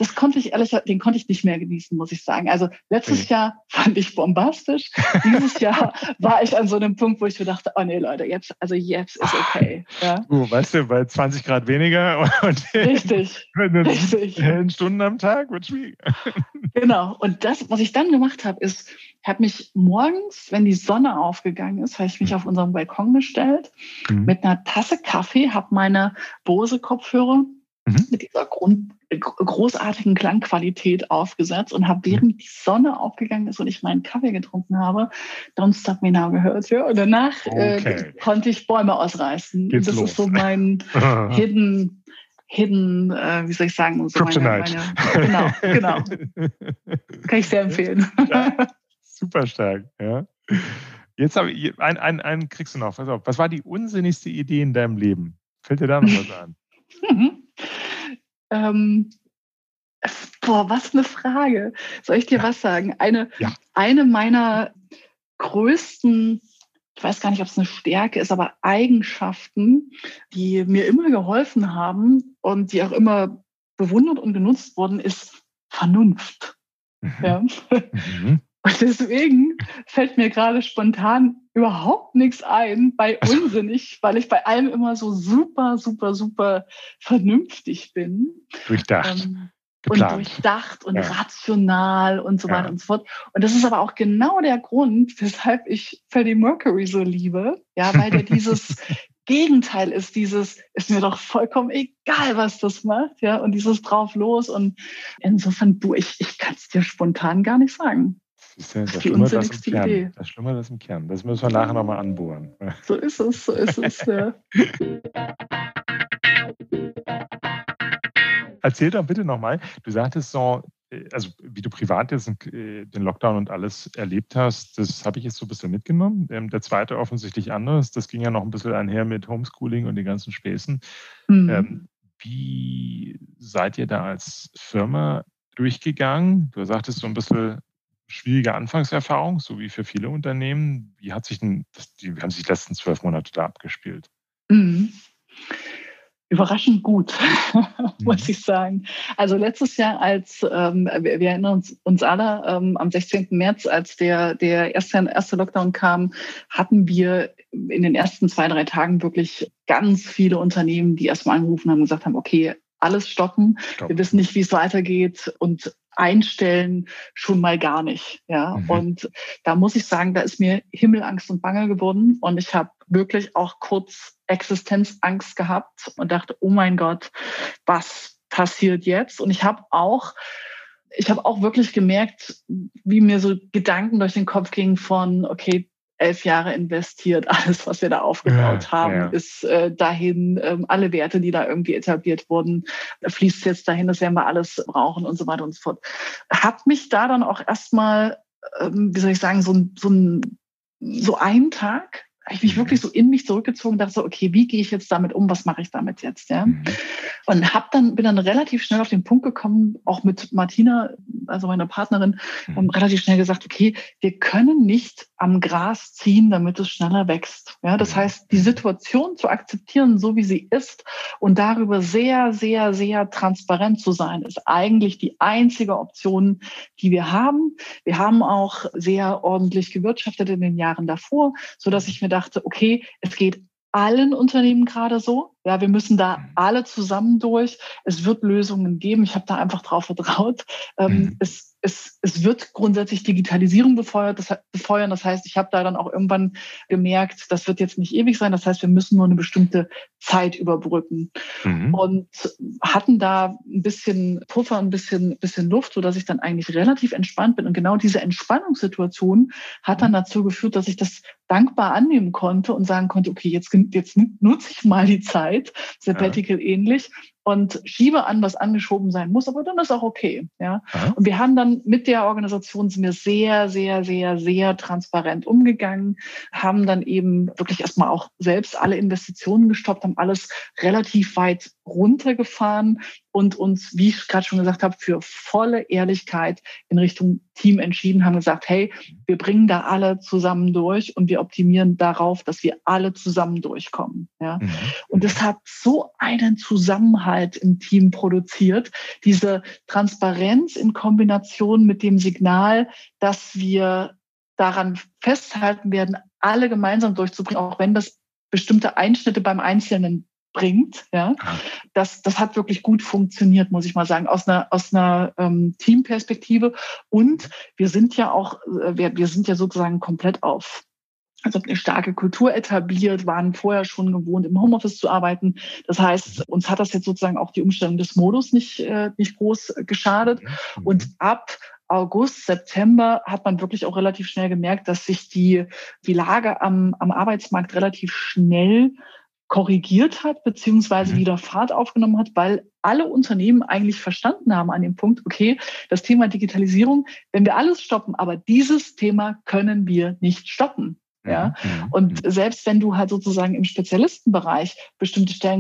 den konnte ich nicht mehr genießen, muss ich sagen. Also letztes Jahr fand ich bombastisch. Dieses Jahr war ich an so einem Punkt, wo ich mir dachte, oh nee, Leute, jetzt ist okay. Ja?
Weißt du, bei 20 Grad weniger und
richtig.
hellen Stunden am Tag wird schwierig.
Genau. Und das, was ich dann gemacht habe, ist, habe mich morgens, wenn die Sonne aufgegangen ist, habe ich mich auf unseren Balkon gestellt, mit einer Tasse Kaffee, habe meine Bose-Kopfhörer mit dieser großartigen Klangqualität aufgesetzt und habe, während die Sonne aufgegangen ist und ich meinen Kaffee getrunken habe, Don't Stop Me Now gehört. Ja? Und danach konnte ich Bäume ausreißen.
Geht's
das
los.
ist so mein Hidden, wie soll ich sagen? So
Kryptonite.
Genau. Kann ich sehr empfehlen.
Ja, super stark, ja. Jetzt habe ich einen kriegst du noch. Pass auf. Was war die unsinnigste Idee in deinem Leben? Fällt dir da noch was an?
Was eine Frage. Soll ich dir was sagen? Eine meiner größten, ich weiß gar nicht, ob es eine Stärke ist, aber Eigenschaften, die mir immer geholfen haben und die auch immer bewundert und genutzt wurden, ist Vernunft. Ja. Und deswegen fällt mir gerade spontan überhaupt nichts ein bei unsinnig, weil ich bei allem immer so super, super, super vernünftig bin.
Durchdacht.
Und durchdacht und rational und so weiter und so fort. Und das ist aber auch genau der Grund, weshalb ich Freddie Mercury so liebe, ja, weil der dieses Gegenteil ist, ist mir doch vollkommen egal, was das macht, ja, und dieses drauf los. Und insofern, ich kann es dir spontan gar nicht sagen.
Das ist die unsinnigste Idee. Das Schlimme ist im Kern. Das müssen wir nachher nochmal anbohren.
So ist es, ja.
Erzähl doch bitte nochmal, du sagtest so, also wie du privat jetzt den Lockdown und alles erlebt hast, das habe ich jetzt so ein bisschen mitgenommen. Der zweite offensichtlich anders. Das ging ja noch ein bisschen einher mit Homeschooling und den ganzen Späßen. Wie seid ihr da als Firma durchgegangen? Du sagtest so ein bisschen schwierige Anfangserfahrung, so wie für viele Unternehmen. Wie haben sich die letzten 12 Monate da abgespielt?
Überraschend gut, muss ich sagen. Also letztes Jahr, als wir erinnern uns alle, am 16. März, als der erste Lockdown kam, hatten wir in den ersten 2-3 Tagen wirklich ganz viele Unternehmen, die erstmal angerufen haben und gesagt haben, okay, alles stoppen. Wir wissen nicht, wie es weitergeht und einstellen schon mal gar nicht. Ja. Und da muss ich sagen, da ist mir Himmelangst und Bange geworden und ich habe wirklich auch kurz Existenzangst gehabt und dachte, oh mein Gott, was passiert jetzt? Und ich habe auch wirklich gemerkt, wie mir so Gedanken durch den Kopf gingen von, okay, 11 Jahre investiert, alles, was wir da aufgebaut haben, ist dahin, alle Werte, die da irgendwie etabliert wurden, fließt jetzt dahin, das werden wir alles brauchen und so weiter und so fort. Hab mich da dann auch erstmal, wie soll ich sagen, so einen Tag, habe ich mich wirklich so in mich zurückgezogen und dachte so, okay, wie gehe ich jetzt damit um, was mache ich damit jetzt? Ja? Und bin dann relativ schnell auf den Punkt gekommen, auch mit Martina, also meiner Partnerin, relativ schnell gesagt, okay, wir können nicht am Gras ziehen, damit es schneller wächst. Ja, das heißt, die Situation zu akzeptieren, so wie sie ist und darüber sehr, sehr, sehr transparent zu sein, ist eigentlich die einzige Option, die wir haben. Wir haben auch sehr ordentlich gewirtschaftet in den Jahren davor, so dass ich mir dachte, okay, es geht allen Unternehmen gerade so. Ja, wir müssen da alle zusammen durch. Es wird Lösungen geben. Ich habe da einfach drauf vertraut. Es wird grundsätzlich Digitalisierung befeuern. Das heißt, ich habe da dann auch irgendwann gemerkt, das wird jetzt nicht ewig sein. Das heißt, wir müssen nur eine bestimmte Zeit überbrücken. Und hatten da ein bisschen Puffer, ein bisschen Luft, sodass ich dann eigentlich relativ entspannt bin. Und genau diese Entspannungssituation hat dann dazu geführt, dass ich das dankbar annehmen konnte und sagen konnte, okay, jetzt nutze ich mal die Zeit, Sabbatical ähnlich, und schiebe an, was angeschoben sein muss, aber dann ist auch okay. Ja? Und wir haben dann mit der Organisation, sind wir sehr, sehr, sehr, sehr transparent umgegangen, haben dann eben wirklich erstmal auch selbst alle Investitionen gestoppt, haben alles relativ weit runtergefahren und uns, wie ich gerade schon gesagt habe, für volle Ehrlichkeit in Richtung Team entschieden, haben gesagt, hey, wir bringen da alle zusammen durch und wir optimieren darauf, dass wir alle zusammen durchkommen. Ja? Und das hat so einen Zusammenhalt im Team produziert, diese Transparenz in Kombination mit dem Signal, dass wir daran festhalten werden, alle gemeinsam durchzubringen, auch wenn das bestimmte Einschnitte beim Einzelnen bringt. Ja, das hat wirklich gut funktioniert, muss ich mal sagen, aus einer Teamperspektive. Und wir sind ja auch, wir sind ja sozusagen komplett also eine starke Kultur etabliert, waren vorher schon gewohnt, im Homeoffice zu arbeiten. Das heißt, uns hat das jetzt sozusagen auch die Umstellung des Modus nicht groß geschadet. Und ab August, September hat man wirklich auch relativ schnell gemerkt, dass sich die Lage am Arbeitsmarkt relativ schnell korrigiert hat, beziehungsweise wieder Fahrt aufgenommen hat, weil alle Unternehmen eigentlich verstanden haben an dem Punkt, okay, das Thema Digitalisierung, wenn wir alles stoppen, aber dieses Thema können wir nicht stoppen. Ja, und selbst wenn du halt sozusagen im Spezialistenbereich bestimmte Stellen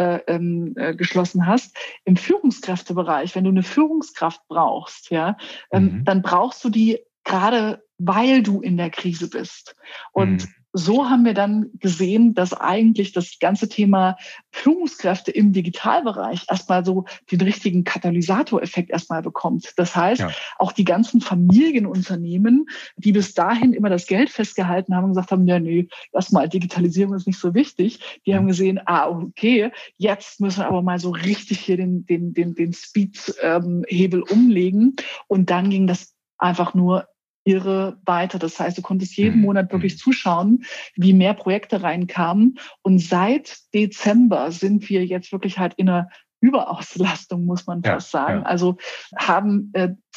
geschlossen hast, im Führungskräftebereich, wenn du eine Führungskraft brauchst, ja, dann brauchst du die gerade, weil du in der Krise bist. Und so haben wir dann gesehen, dass eigentlich das ganze Thema Führungskräfte im Digitalbereich erstmal so den richtigen Katalysatoreffekt erstmal bekommt. Das heißt, auch die ganzen Familienunternehmen, die bis dahin immer das Geld festgehalten haben und gesagt haben, ja, nee, erstmal Digitalisierung ist nicht so wichtig. Die haben gesehen, okay, jetzt müssen wir aber mal so richtig hier den Speed-Hebel umlegen. Und dann ging das einfach nur irre weiter. Das heißt, du konntest jeden Monat wirklich zuschauen, wie mehr Projekte reinkamen. Und seit Dezember sind wir jetzt wirklich halt in einer Überauslastung, muss man fast sagen. Also haben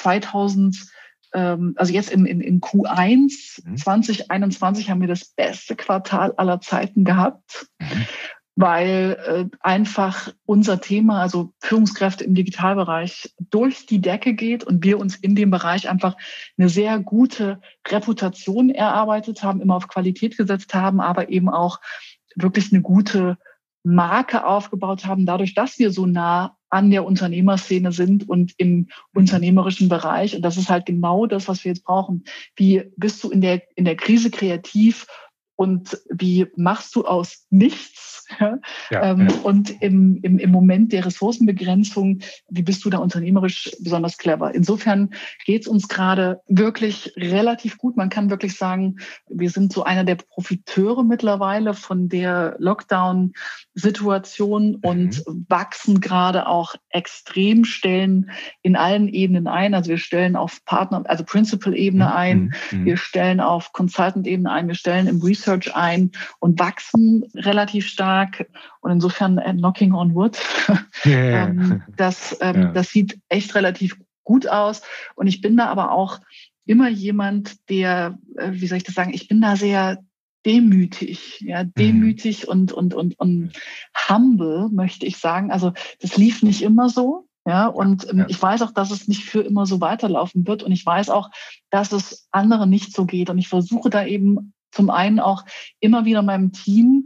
also jetzt in Q1 2021 haben wir das beste Quartal aller Zeiten gehabt. Weil einfach unser Thema, also Führungskräfte im Digitalbereich, durch die Decke geht und wir uns in dem Bereich einfach eine sehr gute Reputation erarbeitet haben, immer auf Qualität gesetzt haben, aber eben auch wirklich eine gute Marke aufgebaut haben, dadurch, dass wir so nah an der Unternehmerszene sind und im unternehmerischen Bereich. Und das ist halt genau das, was wir jetzt brauchen. Wie bist du in der Krise kreativ? Und wie machst du aus nichts? Und im Moment der Ressourcenbegrenzung, wie bist du da unternehmerisch besonders clever? Insofern geht es uns gerade wirklich relativ gut. Man kann wirklich sagen, wir sind so einer der Profiteure mittlerweile von der Lockdown-Situation und wachsen gerade auch extrem, stellen in allen Ebenen ein. Also wir stellen auf Partner, also Principal-Ebene ein, wir stellen auf Consultant-Ebene ein, wir stellen im Research ein und wachsen relativ stark. Und insofern knocking on wood. Das sieht echt relativ gut aus. Und ich bin da aber auch immer jemand, der, wie soll ich das sagen, ich bin da sehr demütig, demütig und humble, möchte ich sagen. Also das lief nicht immer so. Ich weiß auch, dass es nicht für immer so weiterlaufen wird. Und ich weiß auch, dass es anderen nicht so geht. Und ich versuche da eben zum einen auch immer wieder meinem Team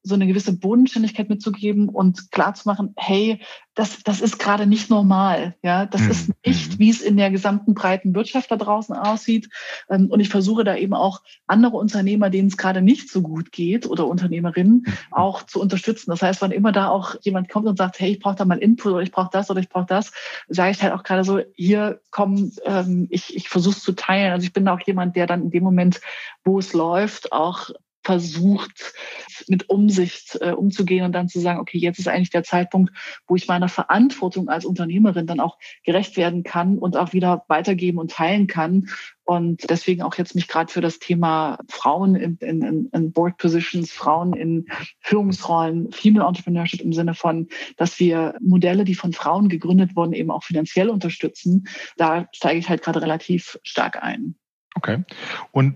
so eine gewisse Bodenständigkeit mitzugeben und klarzumachen, hey, das ist gerade nicht normal. Ja, das ist nicht, wie es in der gesamten breiten Wirtschaft da draußen aussieht. Und ich versuche da eben auch andere Unternehmer, denen es gerade nicht so gut geht oder Unternehmerinnen auch zu unterstützen. Das heißt, wann immer da auch jemand kommt und sagt, hey, ich brauche da mal Input oder ich brauche das, sage ich halt auch gerade so, hier komm, ich versuche es zu teilen. Also ich bin auch jemand, der dann in dem Moment, wo es läuft, auch versucht, mit Umsicht umzugehen und dann zu sagen, okay, jetzt ist eigentlich der Zeitpunkt, wo ich meiner Verantwortung als Unternehmerin dann auch gerecht werden kann und auch wieder weitergeben und teilen kann. Und deswegen auch jetzt mich gerade für das Thema Frauen in Board Positions, Frauen in Führungsrollen, Female Entrepreneurship im Sinne von, dass wir Modelle, die von Frauen gegründet wurden, eben auch finanziell unterstützen. Da steige ich halt gerade relativ stark ein.
Okay. Und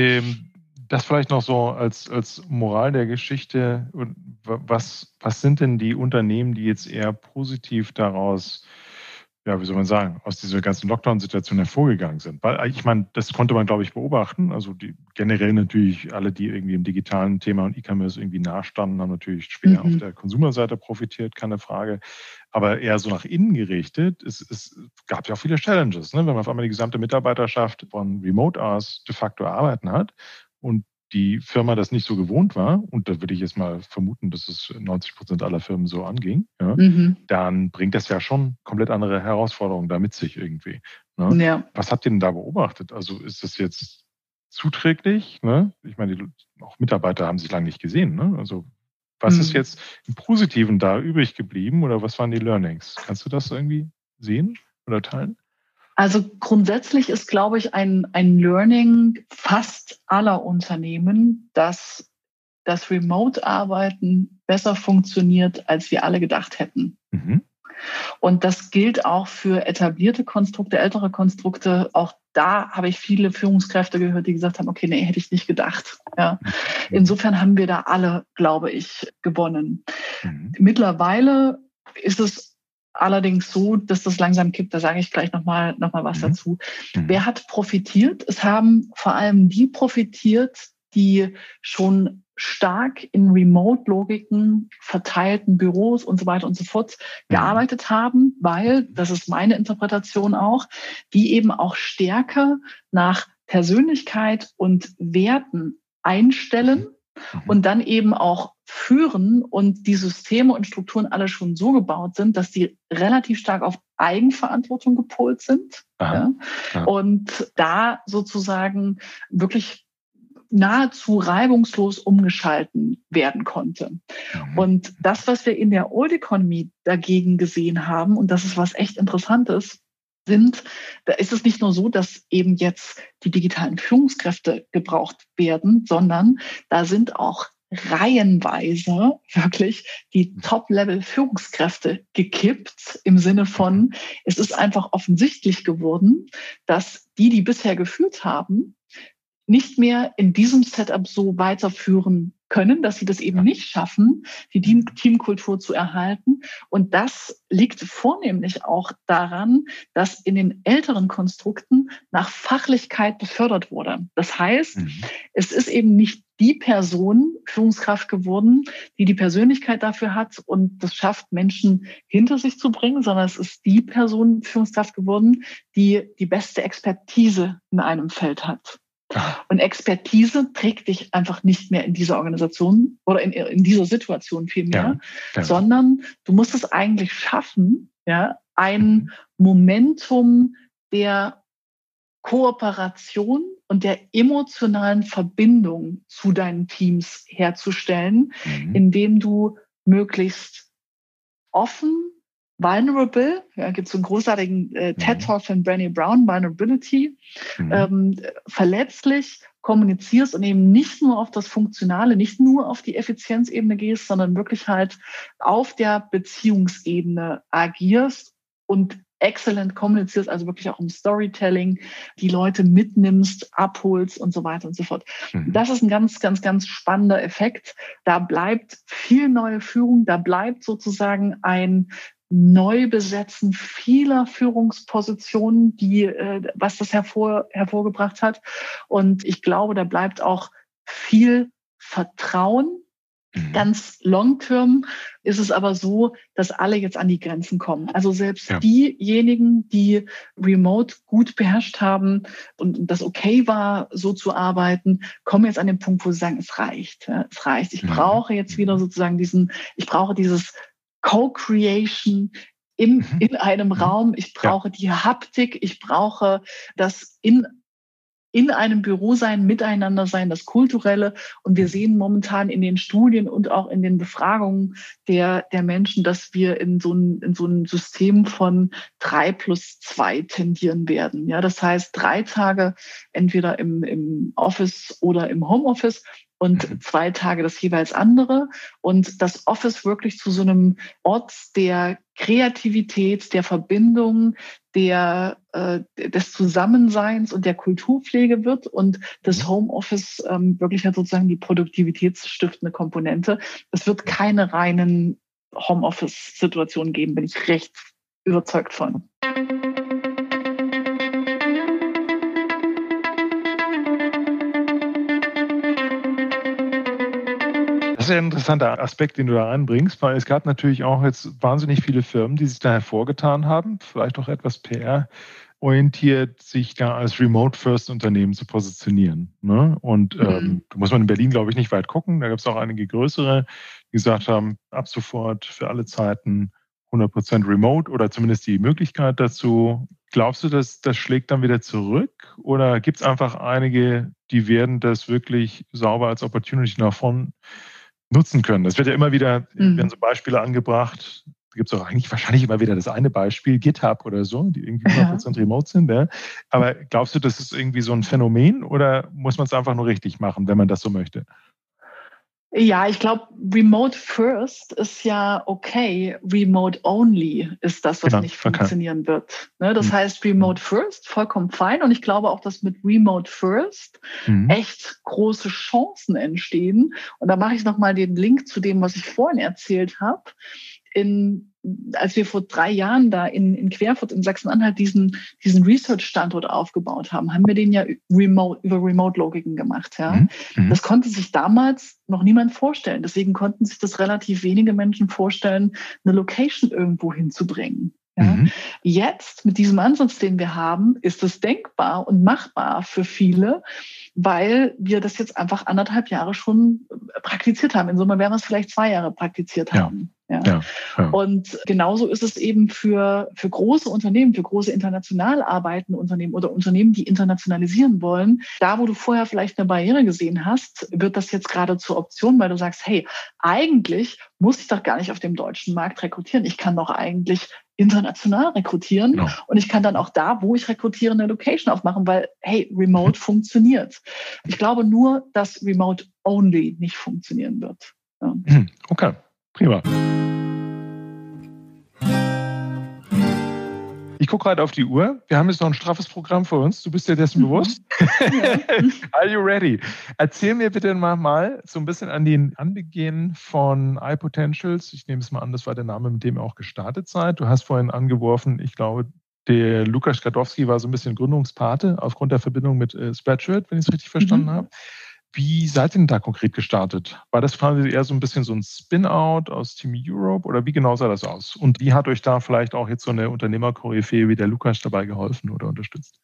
das vielleicht noch so als Moral der Geschichte. Was sind denn die Unternehmen, die jetzt eher positiv daraus, ja, wie soll man sagen, aus dieser ganzen Lockdown-Situation hervorgegangen sind? Weil ich meine, das konnte man, glaube ich, beobachten. Also generell natürlich alle, die irgendwie im digitalen Thema und E-Commerce irgendwie nahestanden, haben natürlich schwer auf der Consumer-Seite profitiert, keine Frage. Aber eher so nach innen gerichtet, es gab ja auch viele Challenges, ne? Wenn man auf einmal die gesamte Mitarbeiterschaft von Remote aus de facto arbeiten hat und die Firma das nicht so gewohnt war, und da würde ich jetzt mal vermuten, dass es 90% aller Firmen so anging, ja, dann bringt das ja schon komplett andere Herausforderungen da mit sich irgendwie. Ne?
Ja.
Was habt ihr denn da beobachtet? Also ist das jetzt zuträglich? Ne? Ich meine, auch Mitarbeiter haben sich lange nicht gesehen. Ne? Also was ist jetzt im Positiven da übrig geblieben oder was waren die Learnings? Kannst du das irgendwie sehen oder teilen?
Also grundsätzlich ist, glaube ich, ein Learning fast aller Unternehmen, dass das Remote-Arbeiten besser funktioniert, als wir alle gedacht hätten. Und das gilt auch für etablierte Konstrukte, ältere Konstrukte. Auch da habe ich viele Führungskräfte gehört, die gesagt haben, okay, nee, hätte ich nicht gedacht. Ja. Insofern haben wir da alle, glaube ich, gewonnen. Mittlerweile ist es allerdings so, dass das langsam kippt. Da sage ich gleich noch mal was dazu. Wer hat profitiert? Es haben vor allem die profitiert, die schon stark in Remote-Logiken, verteilten Büros und so weiter und so fort gearbeitet haben, weil, das ist meine Interpretation auch, die eben auch stärker nach Persönlichkeit und Werten einstellen und dann eben auch führen und die Systeme und Strukturen alle schon so gebaut sind, dass die relativ stark auf Eigenverantwortung gepolt sind. Ja? Und da sozusagen wirklich nahezu reibungslos umgeschalten werden konnte. Und das, was wir in der Old Economy dagegen gesehen haben, und das ist was echt Interessantes, da ist es nicht nur so, dass eben jetzt die digitalen Führungskräfte gebraucht werden, sondern da sind auch reihenweise wirklich die Top-Level-Führungskräfte gekippt im Sinne von, es ist einfach offensichtlich geworden, dass die bisher geführt haben, nicht mehr in diesem Setup so weiterführen können, dass sie das eben nicht schaffen, die Teamkultur zu erhalten. Und das liegt vornehmlich auch daran, dass in den älteren Konstrukten nach Fachlichkeit befördert wurde. Das heißt, es ist eben nicht die Person Führungskraft geworden, die Persönlichkeit dafür hat und das schafft, Menschen hinter sich zu bringen, sondern es ist die Person Führungskraft geworden, die die beste Expertise in einem Feld hat. Und Expertise trägt dich einfach nicht mehr in dieser Organisation oder in dieser Situation vielmehr, sondern du musst es eigentlich schaffen, ja, ein Momentum der Kooperation und der emotionalen Verbindung zu deinen Teams herzustellen, indem du möglichst offen, vulnerable, gibt es so einen großartigen TED-Talk von Brené Brown, Vulnerability, verletzlich kommunizierst und eben nicht nur auf das Funktionale, nicht nur auf die Effizienzebene gehst, sondern wirklich halt auf der Beziehungsebene agierst und exzellent kommunizierst, also wirklich auch im Storytelling, die Leute mitnimmst, abholst und so weiter und so fort. Das ist ein ganz, ganz, ganz spannender Effekt. Da bleibt viel neue Führung, da bleibt sozusagen ein Neubesetzen vieler Führungspositionen, was das hervorgebracht hat. Und ich glaube, da bleibt auch viel Vertrauen Ganz long-term ist es aber so, dass alle jetzt an die Grenzen kommen. Also selbst diejenigen, die Remote gut beherrscht haben und das okay war, so zu arbeiten, kommen jetzt an den Punkt, wo sie sagen, es reicht. Ja, es reicht. Ich brauche jetzt wieder sozusagen ich brauche dieses Co-Creation in einem Raum. Ich brauche die Haptik. Ich brauche das in einem Büro sein, miteinander sein, das Kulturelle. Und wir sehen momentan in den Studien und auch in den Befragungen der Menschen, dass wir in so ein System von 3+2 tendieren werden. Ja, das heißt 3 Tage entweder im Office oder im Homeoffice und 2 Tage das jeweils andere. Und das Office wirklich zu so einem Ort der Kreativität, der Verbindung, des Zusammenseins und der Kulturpflege wird und das Homeoffice wirklich hat sozusagen die produktivitätsstiftende Komponente. Es wird keine reinen Homeoffice-Situationen geben, bin ich recht überzeugt von.
Das ist ja ein interessanter Aspekt, den du da einbringst, weil es gab natürlich auch jetzt wahnsinnig viele Firmen, die sich da hervorgetan haben, vielleicht auch etwas PR-orientiert, sich da als Remote-First-Unternehmen zu positionieren. Ne? Und da muss man in Berlin, glaube ich, nicht weit gucken. Da gab es auch einige größere, die gesagt haben, ab sofort für alle Zeiten 100% Remote oder zumindest die Möglichkeit dazu. Glaubst du, dass das schlägt dann wieder zurück? Oder gibt es einfach einige, die werden das wirklich sauber als Opportunity nach vorn nutzen können? Das wird ja immer wieder, werden so Beispiele angebracht. Da gibt es auch eigentlich wahrscheinlich immer wieder das eine Beispiel, GitHub oder so, die irgendwie 100% remote sind. Ja? Aber glaubst du, das ist irgendwie so ein Phänomen oder muss man es einfach nur richtig machen, wenn man das so möchte?
Ja, ich glaube, Remote First ist ja okay. Remote Only ist das, was nicht funktionieren wird. Ne? Das heißt, Remote First, vollkommen fein. Und ich glaube auch, dass mit Remote First echt große Chancen entstehen. Und da mache ich nochmal den Link zu dem, was ich vorhin erzählt habe. Als wir vor 3 Jahren da in Querfurt in Sachsen-Anhalt diesen Research-Standort aufgebaut haben, haben wir den ja über Remote-Logiken gemacht. Ja? Das konnte sich damals noch niemand vorstellen. Deswegen konnten sich das relativ wenige Menschen vorstellen, eine Location irgendwo hinzubringen. Ja? Jetzt, mit diesem Ansatz, den wir haben, ist es denkbar und machbar für viele, weil wir das jetzt einfach 1,5 Jahre schon praktiziert haben. In Summe werden wir es vielleicht 2 Jahre praktiziert haben. Ja. Und genauso ist es eben für große Unternehmen, für große international arbeitende Unternehmen oder Unternehmen, die internationalisieren wollen. Da, wo du vorher vielleicht eine Barriere gesehen hast, wird das jetzt gerade zur Option, weil du sagst, hey, eigentlich muss ich doch gar nicht auf dem deutschen Markt rekrutieren. Ich kann doch eigentlich international rekrutieren und ich kann dann auch da, wo ich rekrutiere, eine Location aufmachen, weil, hey, Remote funktioniert. Ich glaube nur, dass Remote Only nicht funktionieren wird. Ja.
Okay, prima. Ich gucke gerade auf die Uhr. Wir haben jetzt noch ein straffes Programm für uns. Du bist dir dessen bewusst? Ja. Are you ready? Erzähl mir bitte mal so ein bisschen an den Anbeginn von iPotentials. Ich nehme es mal an, das war der Name, mit dem ihr auch gestartet seid. Du hast vorhin angeworfen, ich glaube, der Lukas Skadowski war so ein bisschen Gründungspate aufgrund der Verbindung mit Spreadshirt, wenn ich es richtig verstanden habe. Wie seid ihr denn da konkret gestartet? War das quasi eher so ein bisschen so ein Spin-out aus Team Europe oder wie genau sah das aus? Und wie hat euch da vielleicht auch jetzt so eine Unternehmerkoryphäe wie der Lukas dabei geholfen oder unterstützt?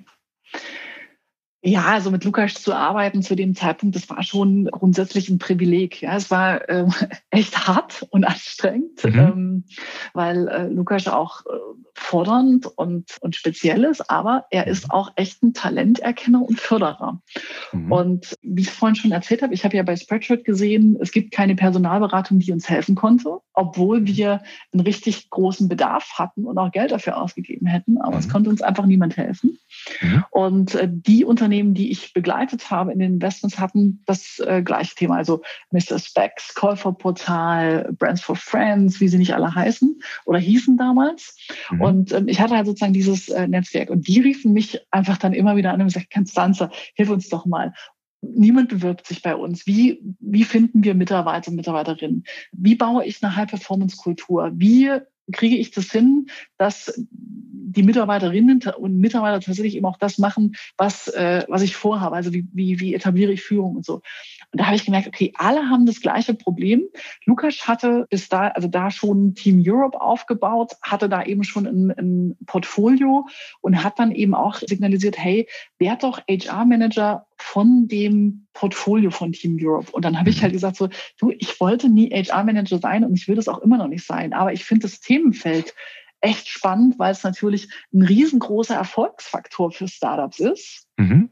Ja, also mit Lukas zu arbeiten zu dem Zeitpunkt, das war schon grundsätzlich ein Privileg. Ja, es war echt hart und anstrengend, weil Lukas auch fordernd und speziell ist, aber er ist auch echt ein Talenterkenner und Förderer. Und wie ich vorhin schon erzählt habe, ich habe ja bei Spreadshirt gesehen, es gibt keine Personalberatung, die uns helfen konnte, obwohl wir einen richtig großen Bedarf hatten und auch Geld dafür ausgegeben hätten, aber es konnte uns einfach niemand helfen. Und die Unternehmen, die ich begleitet habe in den Investments, hatten das gleiche Thema. Also Mr. Specs, Käuferportal, Brands for Friends, wie sie nicht alle heißen oder hießen damals. Und ich hatte halt sozusagen dieses Netzwerk. Und die riefen mich einfach dann immer wieder an und gesagt, Constanze, hilf uns doch mal. Niemand bewirbt sich bei uns. Wie finden wir Mitarbeiter und Mitarbeiterinnen? Wie baue ich eine High-Performance-Kultur? Wie kriege ich das hin, dass die Mitarbeiterinnen und Mitarbeiter tatsächlich eben auch das machen, was ich vorhabe. Also wie etabliere ich Führung und so. Und da habe ich gemerkt, okay, alle haben das gleiche Problem. Lukas hatte bis da, also da schon Team Europe aufgebaut, hatte da eben schon ein Portfolio und hat dann eben auch signalisiert, hey, werd doch HR-Manager von dem Portfolio von Team Europe. Und dann habe ich halt gesagt so, du, ich wollte nie HR-Manager sein und ich will das auch immer noch nicht sein. Aber ich finde das Themenfeld echt spannend, weil es natürlich ein riesengroßer Erfolgsfaktor für Startups ist. Mhm.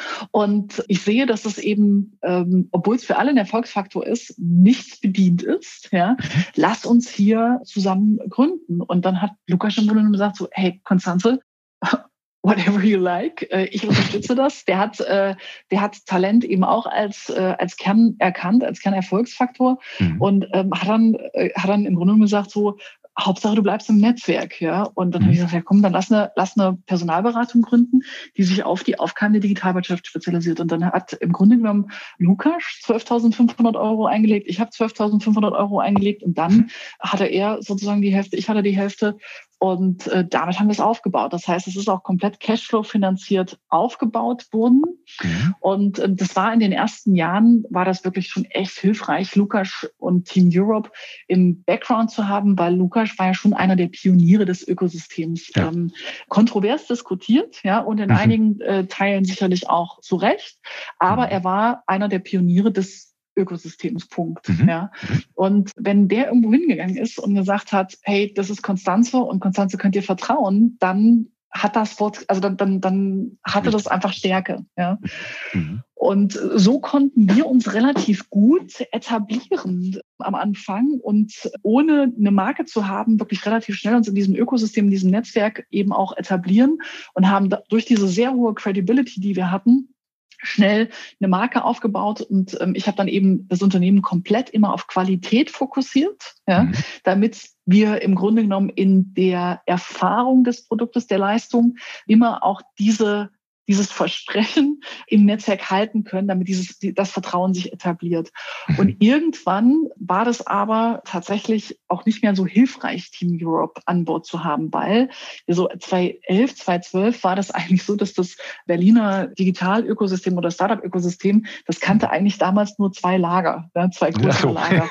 Und ich sehe, dass es eben, obwohl es für alle ein Erfolgsfaktor ist, nichts bedient ist. Ja, lass uns hier zusammen gründen. Und dann hat Lukas im Grunde gesagt so, hey, Constanze, whatever you like, ich unterstütze das. Der hat Talent eben auch als Kern erkannt, als Kernerfolgsfaktor und hat dann im Grunde gesagt so, Hauptsache, du bleibst im Netzwerk, ja. Und dann habe ich gesagt, ja komm, dann lass eine Personalberatung gründen, die sich auf die aufkeimende Digitalwirtschaft spezialisiert. Und dann hat im Grunde genommen Lukas 12.500 € eingelegt, ich habe 12.500 € eingelegt und dann hatte er sozusagen die Hälfte, ich hatte die Hälfte. Und damit haben wir es aufgebaut. Das heißt, es ist auch komplett Cashflow finanziert aufgebaut worden. Mhm. Und das war in den ersten Jahren, war das wirklich schon echt hilfreich, Lukas und Team Europe im Background zu haben, weil Lukas war ja schon einer der Pioniere des Ökosystems. Ja. Kontrovers diskutiert, ja, und in einigen Teilen sicherlich auch zu Recht. Aber er war einer der Pioniere des Ökosystems, Punkt. Ja. Und wenn der irgendwo hingegangen ist und gesagt hat, hey, das ist Constanze und Constanze könnt ihr vertrauen, dann hat das Wort, also dann hatte das einfach Stärke. Ja. Und so konnten wir uns relativ gut etablieren am Anfang und ohne eine Marke zu haben, wirklich relativ schnell uns in diesem Ökosystem, in diesem Netzwerk eben auch etablieren und haben durch diese sehr hohe Credibility, die wir hatten, schnell eine Marke aufgebaut und ich habe dann eben das Unternehmen komplett immer auf Qualität fokussiert, ja, damit wir im Grunde genommen in der Erfahrung des Produktes, der Leistung immer auch dieses Versprechen im Netzwerk halten können, damit das Vertrauen sich etabliert. Und irgendwann war das aber tatsächlich auch nicht mehr so hilfreich, Team Europe an Bord zu haben, weil so 2011, 2012 war das eigentlich so, dass das Berliner Digital-Ökosystem oder Startup-Ökosystem, das kannte eigentlich damals nur zwei Lager, zwei größere Lager.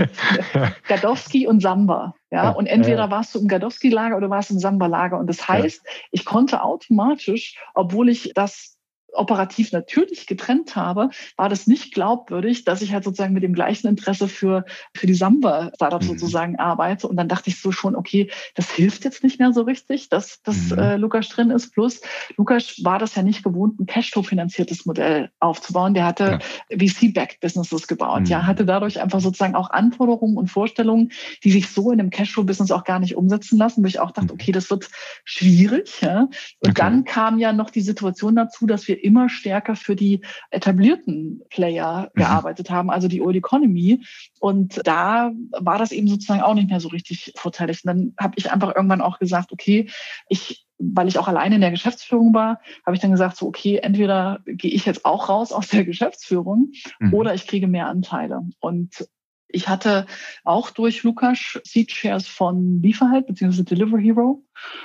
Gadowski und Samba. Ja, und entweder warst du im Gadowski-Lager oder warst im Samba-Lager. Und das heißt, ich konnte automatisch, obwohl ich das operativ natürlich getrennt habe, war das nicht glaubwürdig, dass ich halt sozusagen mit dem gleichen Interesse für die Samba-Startups sozusagen arbeite. Und dann dachte ich so schon, okay, das hilft jetzt nicht mehr so richtig, dass Lukas drin ist. Plus, Lukas war das ja nicht gewohnt, ein Cashflow-finanziertes Modell aufzubauen. Der hatte VC-backed Businesses gebaut. Ja, hatte dadurch einfach sozusagen auch Anforderungen und Vorstellungen, die sich so in einem Cashflow-Business auch gar nicht umsetzen lassen, wo ich auch dachte, okay, das wird schwierig. Ja? Und dann kam ja noch die Situation dazu, dass wir immer stärker für die etablierten Player gearbeitet haben, also die Old Economy. Und da war das eben sozusagen auch nicht mehr so richtig vorteilig. Und dann habe ich einfach irgendwann auch gesagt, okay, weil ich auch alleine in der Geschäftsführung war, habe ich dann gesagt, so okay, entweder gehe ich jetzt auch raus aus der Geschäftsführung oder ich kriege mehr Anteile. Und ich hatte auch durch Lukas Seed Shares von Lieferheld bzw. Delivery Hero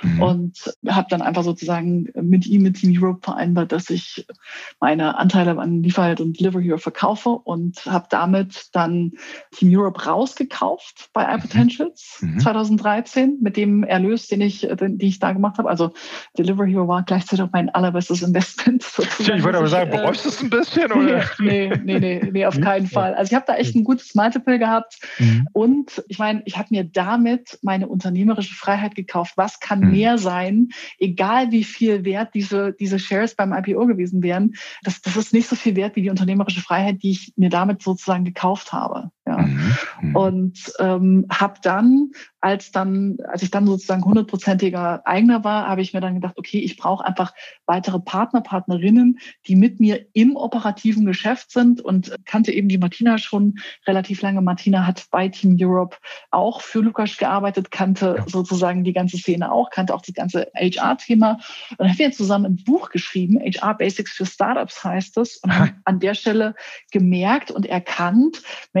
und habe dann einfach sozusagen mit ihm, mit Team Europe vereinbart, dass ich meine Anteile an Lieferheld und Delivery Hero verkaufe und habe damit dann Team Europe rausgekauft bei iPotentials 2013 mit dem Erlös, den ich da gemacht habe. Also Delivery Hero war gleichzeitig auch mein allerbestes Investment.
Sozusagen. Ich wollte aber sagen, bereust du es ein bisschen? Oder?
Nee, auf keinen Fall. Also ich habe da echt ein gutes Multiple gehabt und ich meine, ich habe mir damit meine unternehmerische Freiheit gekauft. Was kann mehr sein, egal wie viel wert diese Shares beim IPO gewesen wären. Das ist nicht so viel wert wie die unternehmerische Freiheit, die ich mir damit sozusagen gekauft habe. Ja. Und habe dann, als ich dann sozusagen 100%iger Eigner war, habe ich mir dann gedacht, okay, ich brauche einfach weitere Partnerinnen, die mit mir im operativen Geschäft sind und kannte eben die Martina schon relativ lange. Martina hat bei Team Europe auch für Lukas gearbeitet, kannte sozusagen die ganze Szene auch, kannte auch das ganze HR-Thema. Und dann haben wir zusammen ein Buch geschrieben, HR Basics für Startups heißt es, und haben an der Stelle gemerkt und erkannt, Mensch, wir ticken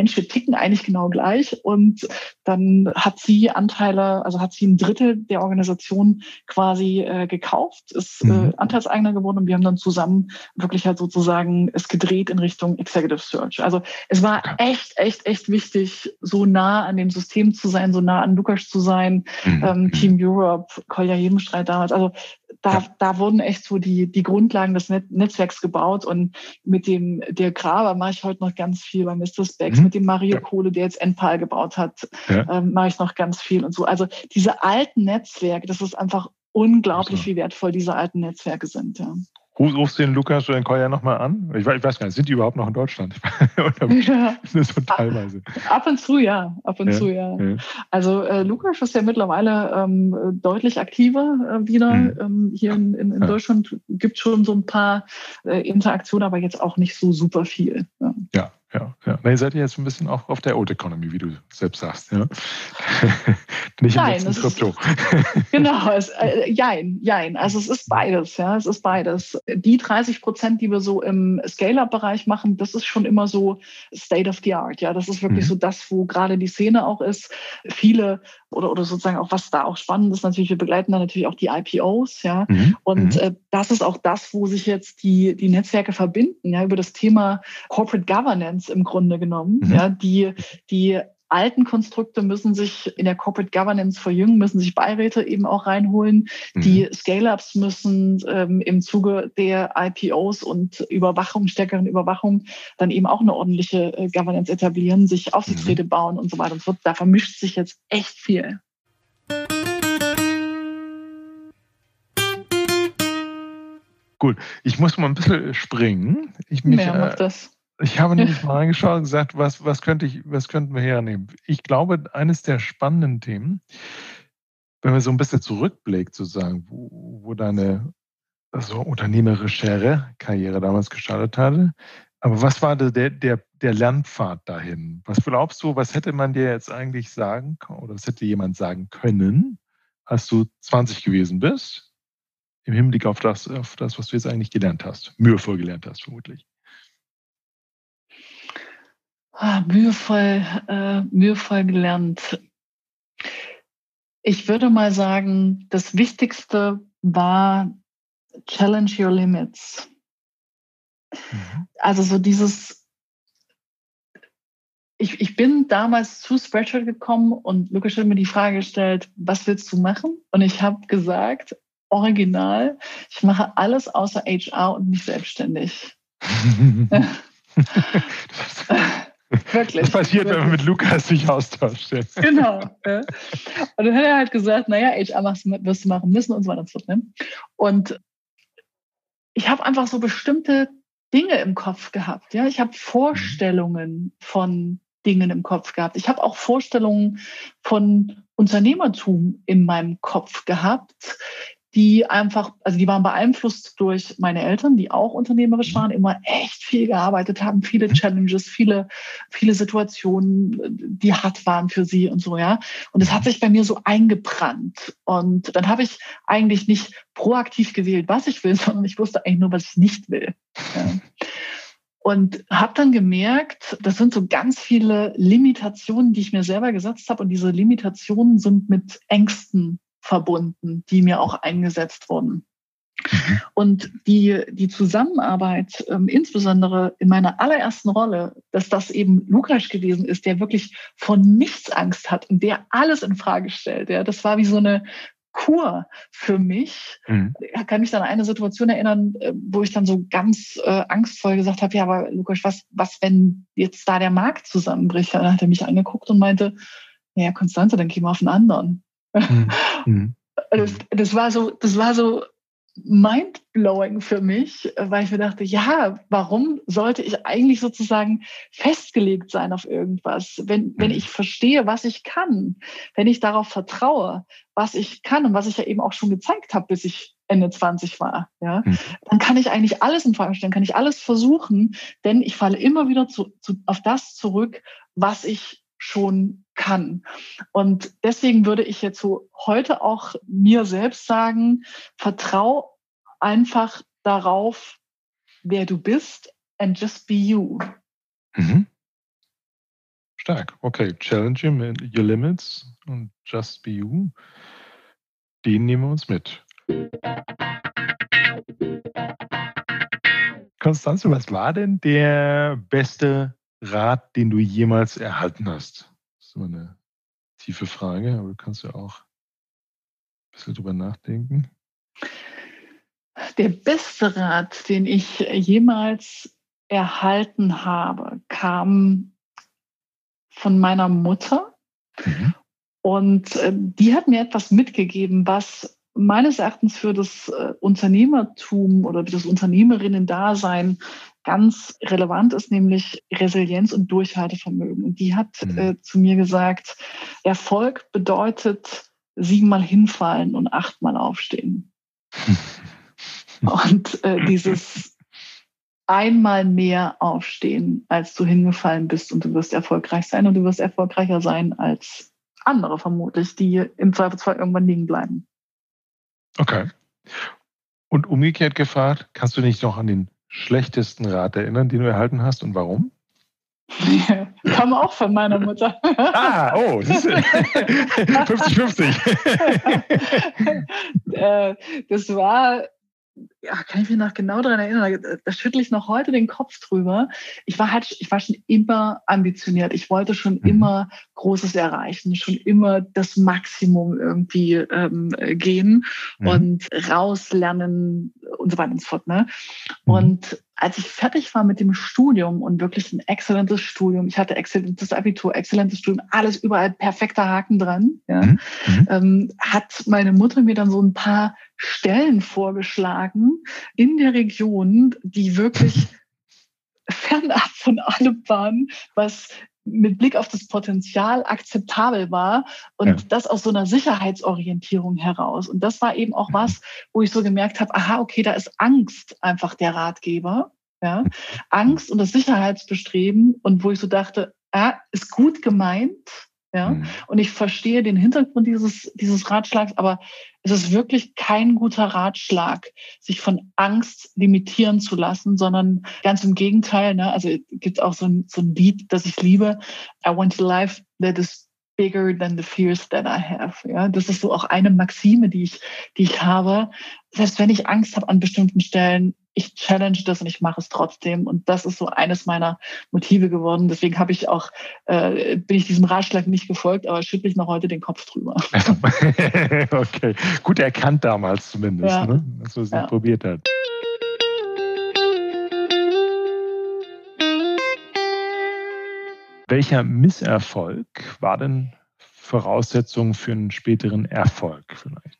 ticken eigentlich genau gleich. Und dann hat sie Anteile, also hat sie ein Drittel der Organisation quasi gekauft, ist Anteilseigner geworden und wir haben dann zusammen wirklich halt sozusagen es gedreht in Richtung Executive Search. Also es war echt wichtig, so nah an dem System zu sein, so nah an Lukas zu sein, Team Europe, Kolja Hebenstreit damals. Also da wurden echt so die Grundlagen des Netzwerks gebaut und mit dem der Graber mache ich heute noch ganz viel bei Mr. Specs, mit dem Mario Kohle, der jetzt NPAL gebaut hat, mache ich noch ganz viel und so. Also diese alten Netzwerke, das ist einfach unglaublich, wie wertvoll diese alten Netzwerke sind. Ja.
Rufst du den Lukas oder den Kolja nochmal an? Ich weiß gar nicht, sind die überhaupt noch in Deutschland? Oder so teilweise.
Ab und zu, ja. Also Lukas ist ja mittlerweile deutlich aktiver wieder. Hier in Deutschland gibt es schon so ein paar Interaktionen, aber jetzt auch nicht so super viel.
Ja. Na, ihr seid ja jetzt ein bisschen auch auf der Old Economy, wie du selbst sagst. Ja? Nicht im letzten Krypto.
Genau, jein. Also es ist beides. Ja, es ist beides. Die 30%, die wir so im Scale-Up-Bereich machen, das ist schon immer so State of the Art. Ja, das ist wirklich so das, wo gerade die Szene auch ist. Viele oder sozusagen auch, was da auch spannend ist, natürlich, wir begleiten da natürlich auch die IPOs. Ja, und das ist auch das, wo sich jetzt die Netzwerke verbinden. Ja, über das Thema Corporate Governance im Grunde genommen. Ja, die alten Konstrukte müssen sich in der Corporate Governance verjüngen, müssen sich Beiräte eben auch reinholen. Die Scale-Ups müssen im Zuge der IPOs und stärkeren Überwachung dann eben auch eine ordentliche Governance etablieren, sich Aufsichtsräte bauen und so weiter und so fort. Da vermischt sich jetzt echt viel.
Gut, ich muss mal ein bisschen springen.
Mach das.
Ich habe nämlich mal reingeschaut und gesagt, was könnten wir hernehmen? Ich glaube, eines der spannenden Themen, wenn man so ein bisschen zurückblickt, sozusagen, wo deine unternehmerische Karriere damals gestartet hatte, aber was war der Lernpfad dahin? Was glaubst du, was hätte man dir jetzt eigentlich sagen oder was hätte jemand sagen können, als du 20 gewesen bist, im Hinblick auf das, was du jetzt eigentlich gelernt hast, mühevoll gelernt hast, vermutlich?
Mühevoll gelernt. Ich würde mal sagen, das Wichtigste war Challenge your limits. Also so dieses, ich bin damals zu Spreadshirt gekommen und Lukas hat mir die Frage gestellt, was willst du machen? Und ich habe gesagt, original, ich mache alles außer HR und mich selbstständig. Wirklich.
Das passiert, wenn man mit Lukas sich austauscht.
Genau. Ja. Und dann hat er halt gesagt, naja, HR wirst du machen müssen und so weiter und so fort. Ne? Und ich habe einfach so bestimmte Dinge im Kopf gehabt. Ja? Ich habe Vorstellungen von Dingen im Kopf gehabt. Ich habe auch Vorstellungen von Unternehmertum in meinem Kopf gehabt, die einfach, also die waren beeinflusst durch meine Eltern, die auch unternehmerisch waren, immer echt viel gearbeitet haben, viele Challenges, viele Situationen, die hart waren für sie und so, ja. Und es hat sich bei mir so eingebrannt. Und dann habe ich eigentlich nicht proaktiv gewählt, was ich will, sondern ich wusste eigentlich nur, was ich nicht will. Ja. Und habe dann gemerkt, das sind so ganz viele Limitationen, die ich mir selber gesetzt habe. Und diese Limitationen sind mit Ängsten verbunden, die mir auch eingesetzt wurden. Und die Zusammenarbeit, insbesondere in meiner allerersten Rolle, dass das eben Lukas gewesen ist, der wirklich von nichts Angst hat und der alles in Frage stellt. Ja, das war wie so eine Kur für mich. Ich kann mich dann an eine Situation erinnern, wo ich dann so ganz angstvoll gesagt habe, ja, aber Lukas, was, wenn jetzt da der Markt zusammenbricht? Dann hat er mich angeguckt und meinte, ja, Constanze, dann gehen wir auf einen anderen. Das war so mindblowing für mich, weil ich mir dachte, ja, warum sollte ich eigentlich sozusagen festgelegt sein auf irgendwas, wenn ich verstehe, was ich kann, wenn ich darauf vertraue, was ich kann und was ich ja eben auch schon gezeigt habe, bis ich Ende 20 war, ja, dann kann ich eigentlich alles in Frage stellen, kann ich alles versuchen, denn ich falle immer wieder auf das zurück, was ich schon kann. Und deswegen würde ich jetzt so heute auch mir selbst sagen, vertrau einfach darauf, wer du bist and just be you.
Stark. Okay, challenge your limits und just be you. Den nehmen wir uns mit. Constanze, was war denn der beste Rat, den du jemals erhalten hast? Das ist immer eine tiefe Frage, aber du kannst ja auch ein bisschen drüber nachdenken.
Der beste Rat, den ich jemals erhalten habe, kam von meiner Mutter. Und die hat mir etwas mitgegeben, was meines Erachtens für das Unternehmertum oder das Unternehmerinnen-Dasein ganz relevant ist, nämlich Resilienz und Durchhaltevermögen. Und die hat zu mir gesagt, Erfolg bedeutet 7-mal hinfallen und 8-mal aufstehen. Und dieses einmal mehr aufstehen, als du hingefallen bist, und du wirst erfolgreich sein und du wirst erfolgreicher sein als andere vermutlich, die im Zweifelsfall irgendwann liegen bleiben.
Okay. Und umgekehrt gefragt, kannst du dich noch an den schlechtesten Rat erinnern, den du erhalten hast und warum?
Kam auch von meiner Mutter.
Das ist 50-50.
Das war, kann ich mich noch genau daran erinnern, da schüttle ich noch heute den Kopf drüber. Ich war schon immer ambitioniert. Ich wollte schon immer Großes erreichen, schon immer das Maximum irgendwie gehen und rauslernen und so weiter und so fort. Ne? Und als ich fertig war mit dem Studium und wirklich ein exzellentes Studium, ich hatte exzellentes Abitur, exzellentes Studium, alles überall perfekter Haken dran, hat meine Mutter mir dann so ein paar Stellen vorgeschlagen in der Region, die wirklich fernab von allem waren, was mit Blick auf das Potenzial akzeptabel war und das aus so einer Sicherheitsorientierung heraus. Und das war eben auch was, wo ich so gemerkt habe, aha, okay, da ist Angst einfach der Ratgeber. Ja? Angst und das Sicherheitsbestreben und wo ich so dachte, ist gut gemeint. Ja? Und ich verstehe den Hintergrund dieses Ratschlags, aber es ist wirklich kein guter Ratschlag, sich von Angst limitieren zu lassen, sondern ganz im Gegenteil. Ne? Also es gibt auch so ein Lied, das ich liebe. I want a life that is bigger than the fears that I have. Ja? Das ist so auch eine Maxime, die ich habe. Selbst wenn ich Angst habe an bestimmten Stellen, ich challenge das und ich mache es trotzdem. Und das ist so eines meiner Motive geworden. Deswegen bin ich diesem Ratschlag nicht gefolgt, aber schüttle ich noch heute den Kopf drüber.
Okay, gut erkannt damals zumindest, ne? Dass man es nicht probiert hat. Welcher Misserfolg war denn Voraussetzung für einen späteren Erfolg vielleicht?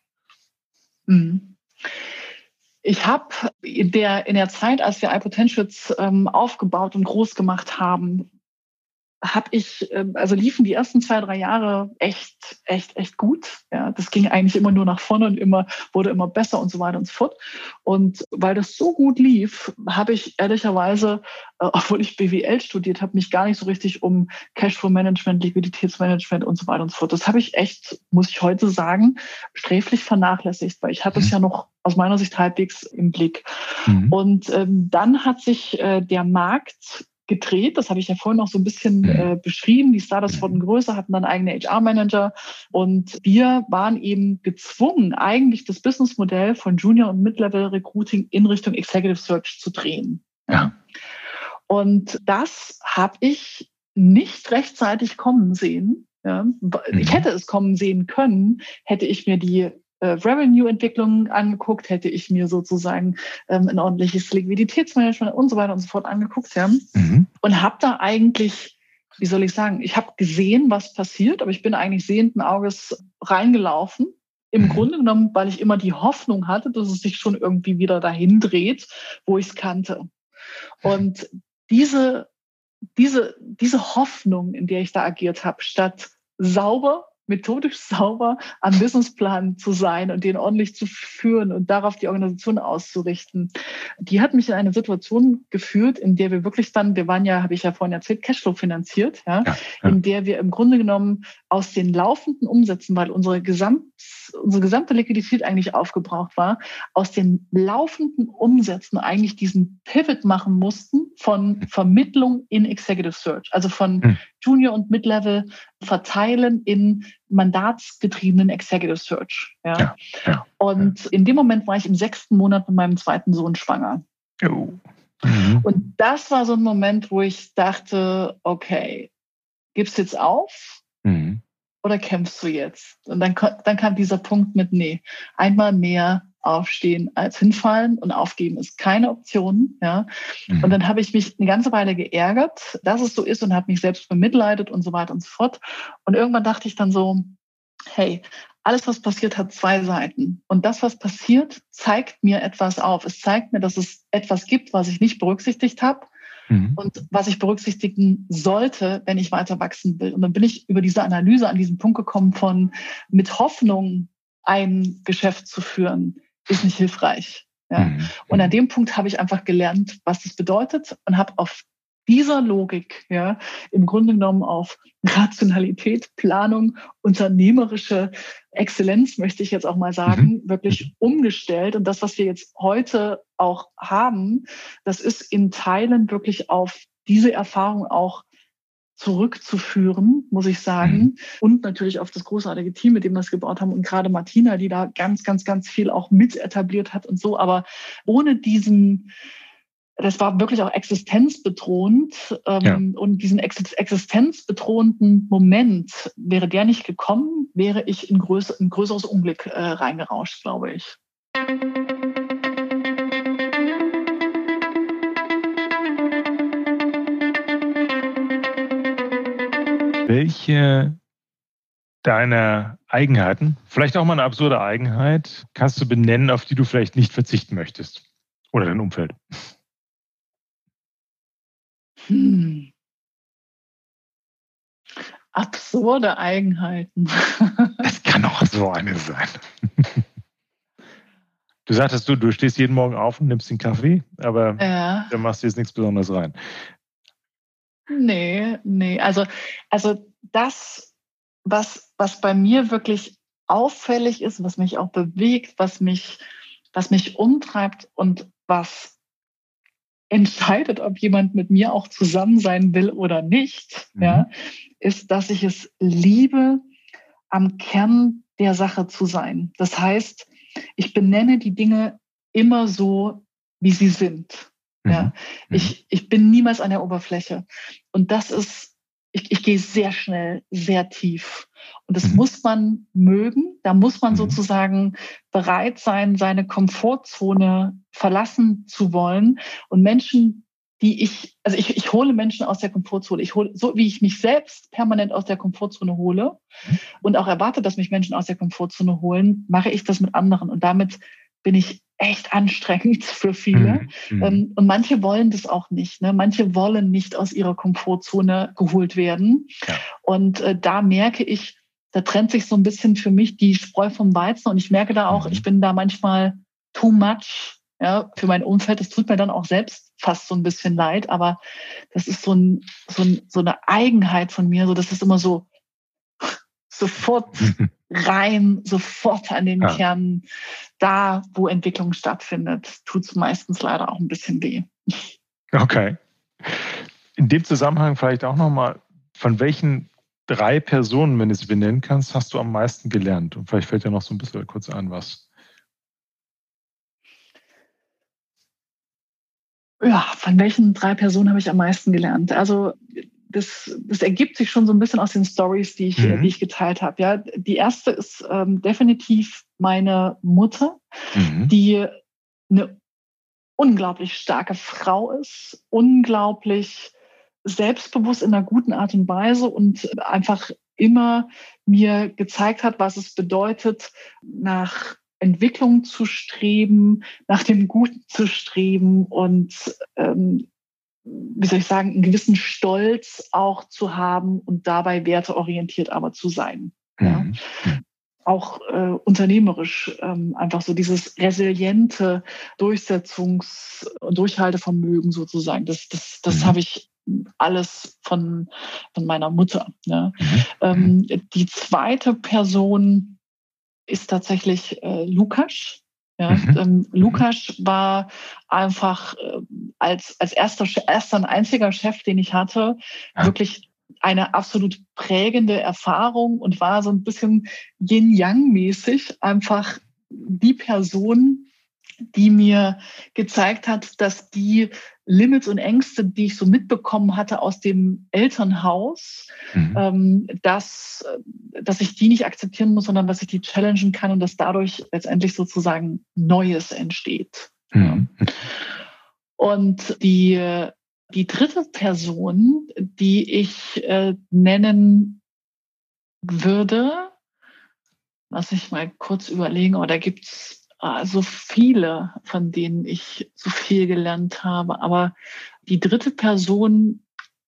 Ich habe in der Zeit, als wir iPotentials aufgebaut und groß gemacht haben, liefen die ersten 2-3 Jahre echt gut. Ja, das ging eigentlich immer nur nach vorne und wurde immer besser und so weiter und so fort. Und weil das so gut lief, habe ich ehrlicherweise, obwohl ich BWL studiert habe, mich gar nicht so richtig um Cashflow-Management, Liquiditätsmanagement und so weiter und so fort. Das habe ich echt, muss ich heute sagen, sträflich vernachlässigt, weil ich hatte es ja noch aus meiner Sicht halbwegs im Blick. Und dann hat sich der Markt gedreht. Das habe ich ja vorhin noch so ein bisschen beschrieben. Die Startups wurden größer, hatten dann eigene HR-Manager und wir waren eben gezwungen, eigentlich das Businessmodell von Junior- und Mid-Level-Recruiting in Richtung Executive Search zu drehen.
Ja.
Und das habe ich nicht rechtzeitig kommen sehen. Ja. Ich hätte es kommen sehen können, hätte ich mir die Revenue-Entwicklung angeguckt, hätte ich mir sozusagen ein ordentliches Liquiditätsmanagement und so weiter und so fort angeguckt. Ja. Und habe da eigentlich, wie soll ich sagen, ich habe gesehen, was passiert, aber ich bin eigentlich sehenden Auges reingelaufen. Im Grunde genommen, weil ich immer die Hoffnung hatte, dass es sich schon irgendwie wieder dahin dreht, wo ich es kannte. Und diese Hoffnung, in der ich da agiert habe, statt methodisch sauber am Businessplan zu sein und den ordentlich zu führen und darauf die Organisation auszurichten, die hat mich in eine Situation geführt, in der wir wirklich wir waren ja, habe ich ja vorhin erzählt, Cashflow finanziert, in der wir im Grunde genommen aus den laufenden Umsätzen, weil unsere gesamte Liquidität eigentlich aufgebraucht war, aus den laufenden Umsätzen eigentlich diesen Pivot machen mussten von Vermittlung in Executive Search, also von Junior und Mid-Level verteilen in mandatsgetriebenen Executive Search. Ja? Ja. Und in dem Moment war ich im 6. Monat mit meinem 2. Sohn schwanger.
Oh.
Und das war so ein Moment, wo ich dachte, okay, gibst du jetzt auf oder kämpfst du jetzt? Und dann kam dieser Punkt mit, nee, einmal mehr aufstehen als hinfallen, und aufgeben ist keine Option. Ja? Und dann habe ich mich eine ganze Weile geärgert, dass es so ist, und habe mich selbst bemitleidet und so weiter und so fort. Und irgendwann dachte ich dann so, hey, alles, was passiert, hat 2 Seiten. Und das, was passiert, zeigt mir etwas auf. Es zeigt mir, dass es etwas gibt, was ich nicht berücksichtigt habe und was ich berücksichtigen sollte, wenn ich weiter wachsen will. Und dann bin ich über diese Analyse an diesen Punkt gekommen von, mit Hoffnung ein Geschäft zu führen, ist nicht hilfreich. Ja. Und an dem Punkt habe ich einfach gelernt, was das bedeutet, und habe auf dieser Logik, ja, im Grunde genommen auf Rationalität, Planung, unternehmerische Exzellenz, möchte ich jetzt auch mal sagen, wirklich umgestellt. Und das, was wir jetzt heute auch haben, das ist in Teilen wirklich auf diese Erfahrung auch zurückzuführen, muss ich sagen. Und natürlich auf das großartige Team, mit dem wir es gebaut haben. Und gerade Martina, die da ganz, ganz, ganz viel auch mit etabliert hat und so. Aber ohne diesen, das war wirklich auch existenzbedrohend. Und diesen existenzbedrohenden Moment, wäre der nicht gekommen, wäre ich in ein größeres Unglück reingerauscht, glaube ich.
Welche deiner Eigenheiten, vielleicht auch mal eine absurde Eigenheit, kannst du benennen, auf die du vielleicht nicht verzichten möchtest? Oder dein Umfeld?
Absurde Eigenheiten.
Das kann auch so eine sein. Du sagtest, du stehst jeden Morgen auf und nimmst den Kaffee, aber da machst du jetzt nichts Besonderes rein.
Nee. Also das, was bei mir wirklich auffällig ist, was mich auch bewegt, was mich umtreibt und was entscheidet, ob jemand mit mir auch zusammen sein will oder nicht, ja, ist, dass ich es liebe, am Kern der Sache zu sein. Das heißt, ich benenne die Dinge immer so, wie sie sind. Ja, ich bin niemals an der Oberfläche. Und das ist, ich gehe sehr schnell, sehr tief. Und das muss man mögen. Da muss man sozusagen bereit sein, seine Komfortzone verlassen zu wollen. Und Menschen, ich hole Menschen aus der Komfortzone. Ich hole, so wie ich mich selbst permanent aus der Komfortzone hole und auch erwarte, dass mich Menschen aus der Komfortzone holen, mache ich das mit anderen. Und damit bin ich echt anstrengend für viele. Und manche wollen das auch nicht. Ne? Manche wollen nicht aus ihrer Komfortzone geholt werden. Ja. Und da merke ich, da trennt sich so ein bisschen für mich die Spreu vom Weizen. Und ich merke da auch, ich bin da manchmal too much, ja, für mein Umfeld. Das tut mir dann auch selbst fast so ein bisschen leid. Aber das ist so eine Eigenheit von mir. So, das ist immer so sofort rein, sofort an den Kern. Da, wo Entwicklung stattfindet, tut es meistens leider auch ein bisschen weh.
Okay. In dem Zusammenhang vielleicht auch nochmal, von welchen 3 Personen, wenn du es benennen kannst, hast du am meisten gelernt? Und vielleicht fällt dir noch so ein bisschen kurz ein, was.
Ja, von welchen 3 Personen habe ich am meisten gelernt? Also das ergibt sich schon so ein bisschen aus den Stories, die ich geteilt habe. Ja, die erste ist definitiv meine Mutter, die eine unglaublich starke Frau ist, unglaublich selbstbewusst in einer guten Art und Weise und einfach immer mir gezeigt hat, was es bedeutet, nach Entwicklung zu streben, nach dem Guten zu streben und wie soll ich sagen, einen gewissen Stolz auch zu haben und dabei werteorientiert aber zu sein. Ja. Auch unternehmerisch einfach so dieses resiliente Durchsetzungs- und Durchhaltevermögen sozusagen. Das habe ich alles von meiner Mutter. Ne? Die zweite Person ist tatsächlich Lukas. Ja, Lukas war einfach als erster und einziger Chef, den ich hatte, wirklich eine absolut prägende Erfahrung und war so ein bisschen Yin-Yang-mäßig einfach die Person, die mir gezeigt hat, dass die Limits und Ängste, die ich so mitbekommen hatte aus dem Elternhaus, dass ich die nicht akzeptieren muss, sondern dass ich die challengen kann und dass dadurch letztendlich sozusagen Neues entsteht. Mhm. Und die dritte Person, die ich nennen würde, lass ich mal kurz überlegen, da gibt es so viele, von denen ich so viel gelernt habe. Aber die dritte Person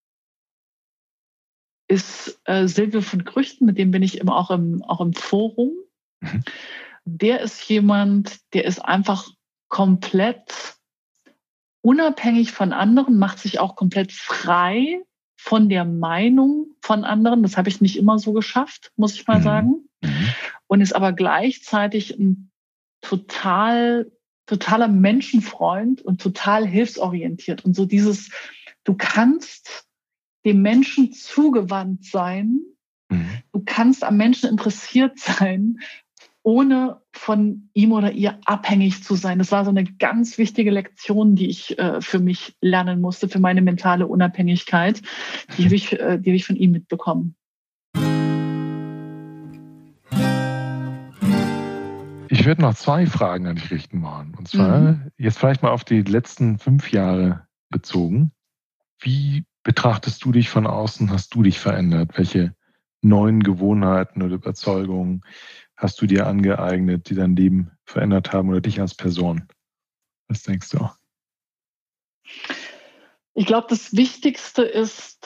ist Silvio von Krüchten, mit dem bin ich auch im Forum. Mhm. Der ist jemand, der ist einfach komplett unabhängig von anderen, macht sich auch komplett frei von der Meinung von anderen. Das habe ich nicht immer so geschafft, muss ich mal sagen. Mhm. Und ist aber gleichzeitig ein totaler Menschenfreund und total hilfsorientiert. Und so dieses, du kannst dem Menschen zugewandt sein, du kannst am Menschen interessiert sein, ohne von ihm oder ihr abhängig zu sein. Das war so eine ganz wichtige Lektion, die ich für mich lernen musste, für meine mentale Unabhängigkeit. Die habe ich von ihm mitbekommen.
Ich würde noch 2 Fragen an dich richten wollen. Und zwar jetzt vielleicht mal auf die letzten 5 Jahre bezogen. Wie betrachtest du dich von außen? Hast du dich verändert? Welche neuen Gewohnheiten oder Überzeugungen hast du dir angeeignet, die dein Leben verändert haben oder dich als Person? Was denkst du?
Ich glaube, das Wichtigste ist,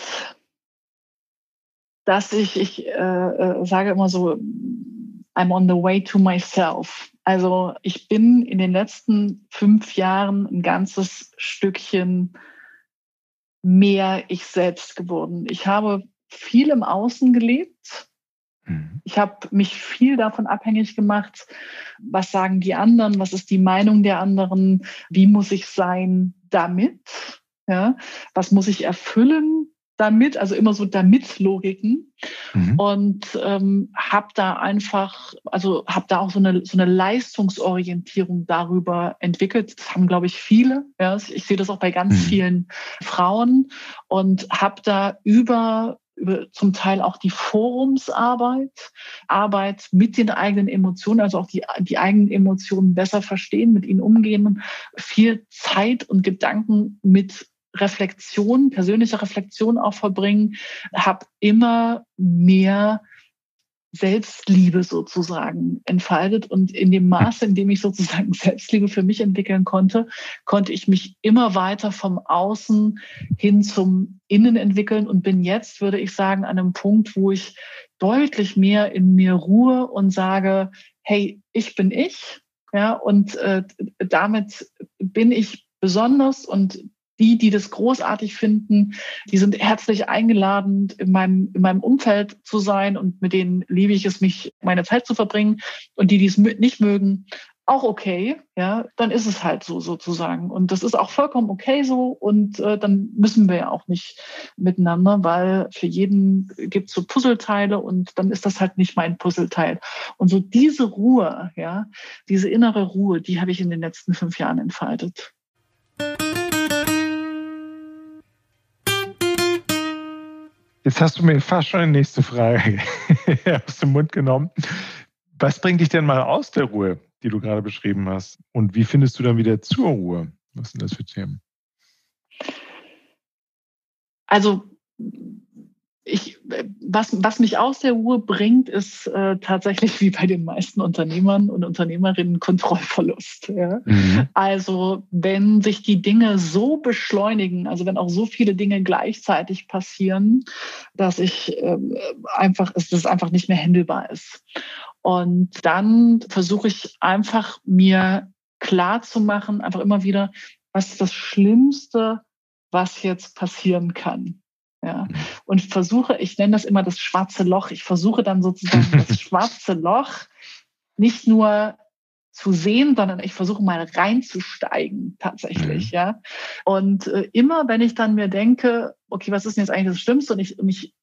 dass ich sage immer so, I'm on the way to myself. Also ich bin in den letzten 5 Jahren ein ganzes Stückchen mehr ich selbst geworden. Ich habe viel im Außen gelebt. Ich habe mich viel davon abhängig gemacht, was sagen die anderen, was ist die Meinung der anderen, wie muss ich sein damit, ja? Was muss ich erfüllen damit, also immer so damit-Logiken. Und habe da auch so eine Leistungsorientierung darüber entwickelt. Das haben, glaube ich, viele. Ja? Ich sehe das auch bei ganz vielen Frauen und habe da über zum Teil auch die Forumsarbeit, Arbeit mit den eigenen Emotionen, also auch die eigenen Emotionen besser verstehen, mit ihnen umgehen, viel Zeit und Gedanken mit Reflexion, persönlicher Reflexion auch verbringen, habe immer mehr Selbstliebe sozusagen entfaltet. Und in dem Maße, in dem ich sozusagen Selbstliebe für mich entwickeln konnte, konnte ich mich immer weiter vom Außen hin zum Innen entwickeln und bin jetzt, würde ich sagen, an einem Punkt, wo ich deutlich mehr in mir ruhe und sage, hey, ich bin ich, ja, und damit bin ich besonders und die das großartig finden, die sind herzlich eingeladen, in meinem Umfeld zu sein und mit denen liebe ich es, meine Zeit zu verbringen. Und die es nicht mögen, auch okay, ja, dann ist es halt so sozusagen. Und das ist auch vollkommen okay so und dann müssen wir ja auch nicht miteinander, weil für jeden gibt es so Puzzleteile und dann ist das halt nicht mein Puzzleteil. Und so diese Ruhe, ja, diese innere Ruhe, die habe ich in den letzten 5 Jahren entfaltet.
Jetzt hast du mir fast schon die nächste Frage aus dem Mund genommen. Was bringt dich denn mal aus der Ruhe, die du gerade beschrieben hast? Und wie findest du dann wieder zur Ruhe? Was sind das für Themen?
Also was mich aus der Ruhe bringt, ist tatsächlich wie bei den meisten Unternehmern und Unternehmerinnen Kontrollverlust. Ja? Also wenn sich die Dinge so beschleunigen, also wenn auch so viele Dinge gleichzeitig passieren, dass das einfach nicht mehr handelbar ist. Und dann versuche ich einfach mir klar zu machen, einfach immer wieder, was ist das Schlimmste, was jetzt passieren kann. Ja, und ich nenne das immer das schwarze Loch. Ich versuche dann sozusagen das schwarze Loch nicht nur zu sehen, sondern ich versuche mal reinzusteigen tatsächlich. Ja. Und immer wenn ich dann mir denke, okay, was ist denn jetzt eigentlich das Schlimmste? Und ich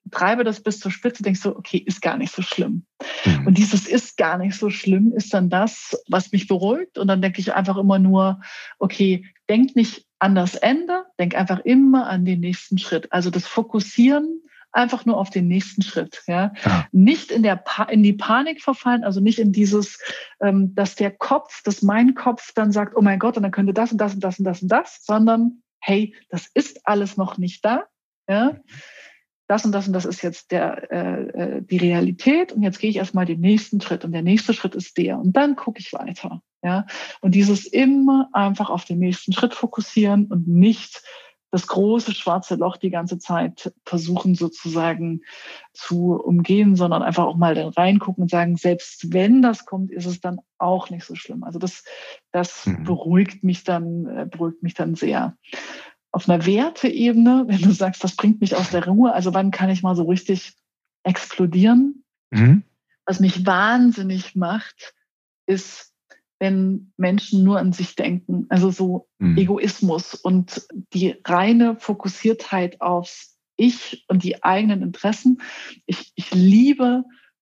treibe das bis zur Spitze, denkst du, okay, ist gar nicht so schlimm. Und dieses ist gar nicht so schlimm ist dann das, was mich beruhigt. Und dann denke ich einfach immer nur, okay, denk nicht an das Ende, denk einfach immer an den nächsten Schritt. Also das Fokussieren einfach nur auf den nächsten Schritt. Ja? Nicht in die Panik verfallen, also nicht in dieses, dass mein Kopf dann sagt, oh mein Gott, und dann könnte das und das und das und das und das, sondern hey, das ist alles noch nicht da. Ja? Das und das und das ist jetzt die Realität und jetzt gehe ich erstmal den nächsten Schritt und der nächste Schritt ist der und dann gucke ich weiter. Ja? Und dieses immer einfach auf den nächsten Schritt fokussieren und nicht das große schwarze Loch die ganze Zeit versuchen sozusagen zu umgehen, sondern einfach auch mal dann reingucken und sagen, selbst wenn das kommt, ist es dann auch nicht so schlimm. Also das beruhigt mich dann sehr. Auf einer Werteebene, wenn du sagst, das bringt mich aus der Ruhe, also wann kann ich mal so richtig explodieren? Was mich wahnsinnig macht, ist, wenn Menschen nur an sich denken, also so Egoismus und die reine Fokussiertheit aufs Ich und die eigenen Interessen. Ich liebe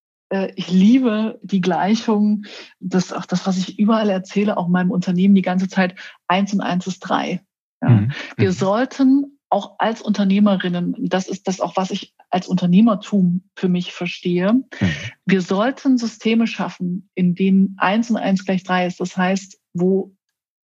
die Gleichung, auch das, was ich überall erzähle, auch in meinem Unternehmen die ganze Zeit, 1 und 1 ist 3. Ja. Wir sollten auch als Unternehmerinnen, das ist das auch, was ich als Unternehmertum für mich verstehe, wir sollten Systeme schaffen, in denen 1 und 1 gleich 3 ist. Das heißt, wo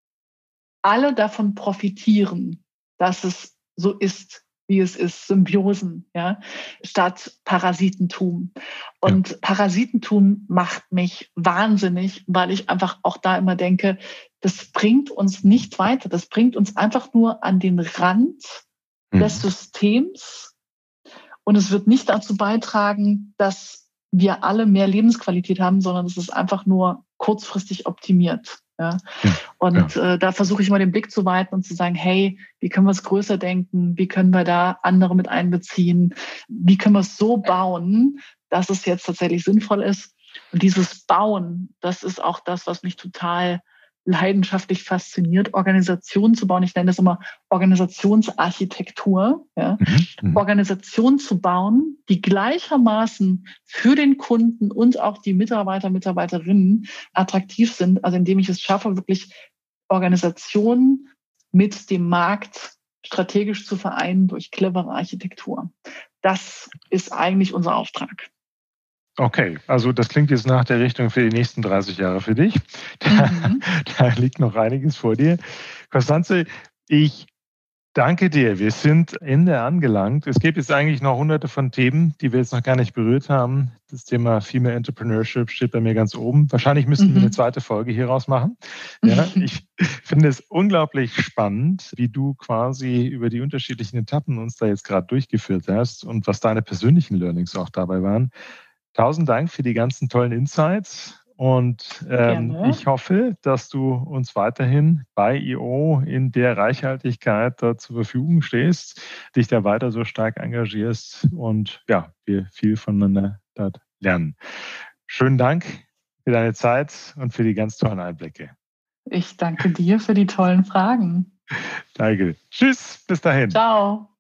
alle davon profitieren, dass es so ist, wie es ist, Symbiosen, ja, statt Parasitentum. Und Parasitentum macht mich wahnsinnig, weil ich einfach auch da immer denke, das bringt uns nicht weiter. Das bringt uns einfach nur an den Rand des Systems. Und es wird nicht dazu beitragen, dass wir alle mehr Lebensqualität haben, sondern es ist einfach nur kurzfristig optimiert. Ja. Und da versuche ich mal den Blick zu weiten und zu sagen, hey, wie können wir es größer denken? Wie können wir da andere mit einbeziehen? Wie können wir es so bauen, dass es jetzt tatsächlich sinnvoll ist? Und dieses Bauen, das ist auch das, was mich total leidenschaftlich fasziniert, Organisationen zu bauen. Ich nenne das immer Organisationsarchitektur. Ja. Organisationen zu bauen, die gleichermaßen für den Kunden und auch die Mitarbeiter, Mitarbeiterinnen attraktiv sind. Also indem ich es schaffe, wirklich Organisationen mit dem Markt strategisch zu vereinen durch clevere Architektur. Das ist eigentlich unser Auftrag.
Okay, also das klingt jetzt nach der Richtung für die nächsten 30 Jahre für dich. Da liegt noch einiges vor dir. Constanze, ich danke dir. Wir sind Ende angelangt. Es gibt jetzt eigentlich noch hunderte von Themen, die wir jetzt noch gar nicht berührt haben. Das Thema Female Entrepreneurship steht bei mir ganz oben. Wahrscheinlich müssten wir eine zweite Folge hieraus machen. Ja, ich finde es unglaublich spannend, wie du quasi über die unterschiedlichen Etappen uns da jetzt gerade durchgeführt hast und was deine persönlichen Learnings auch dabei waren. 1000 Dank für die ganzen tollen Insights und ich hoffe, dass du uns weiterhin bei I.O. in der Reichhaltigkeit da zur Verfügung stehst, dich da weiter so stark engagierst und ja, wir viel voneinander dort lernen. Schönen Dank für deine Zeit und für die ganz tollen Einblicke.
Ich danke dir für die tollen Fragen.
Danke. Tschüss, bis dahin.
Ciao.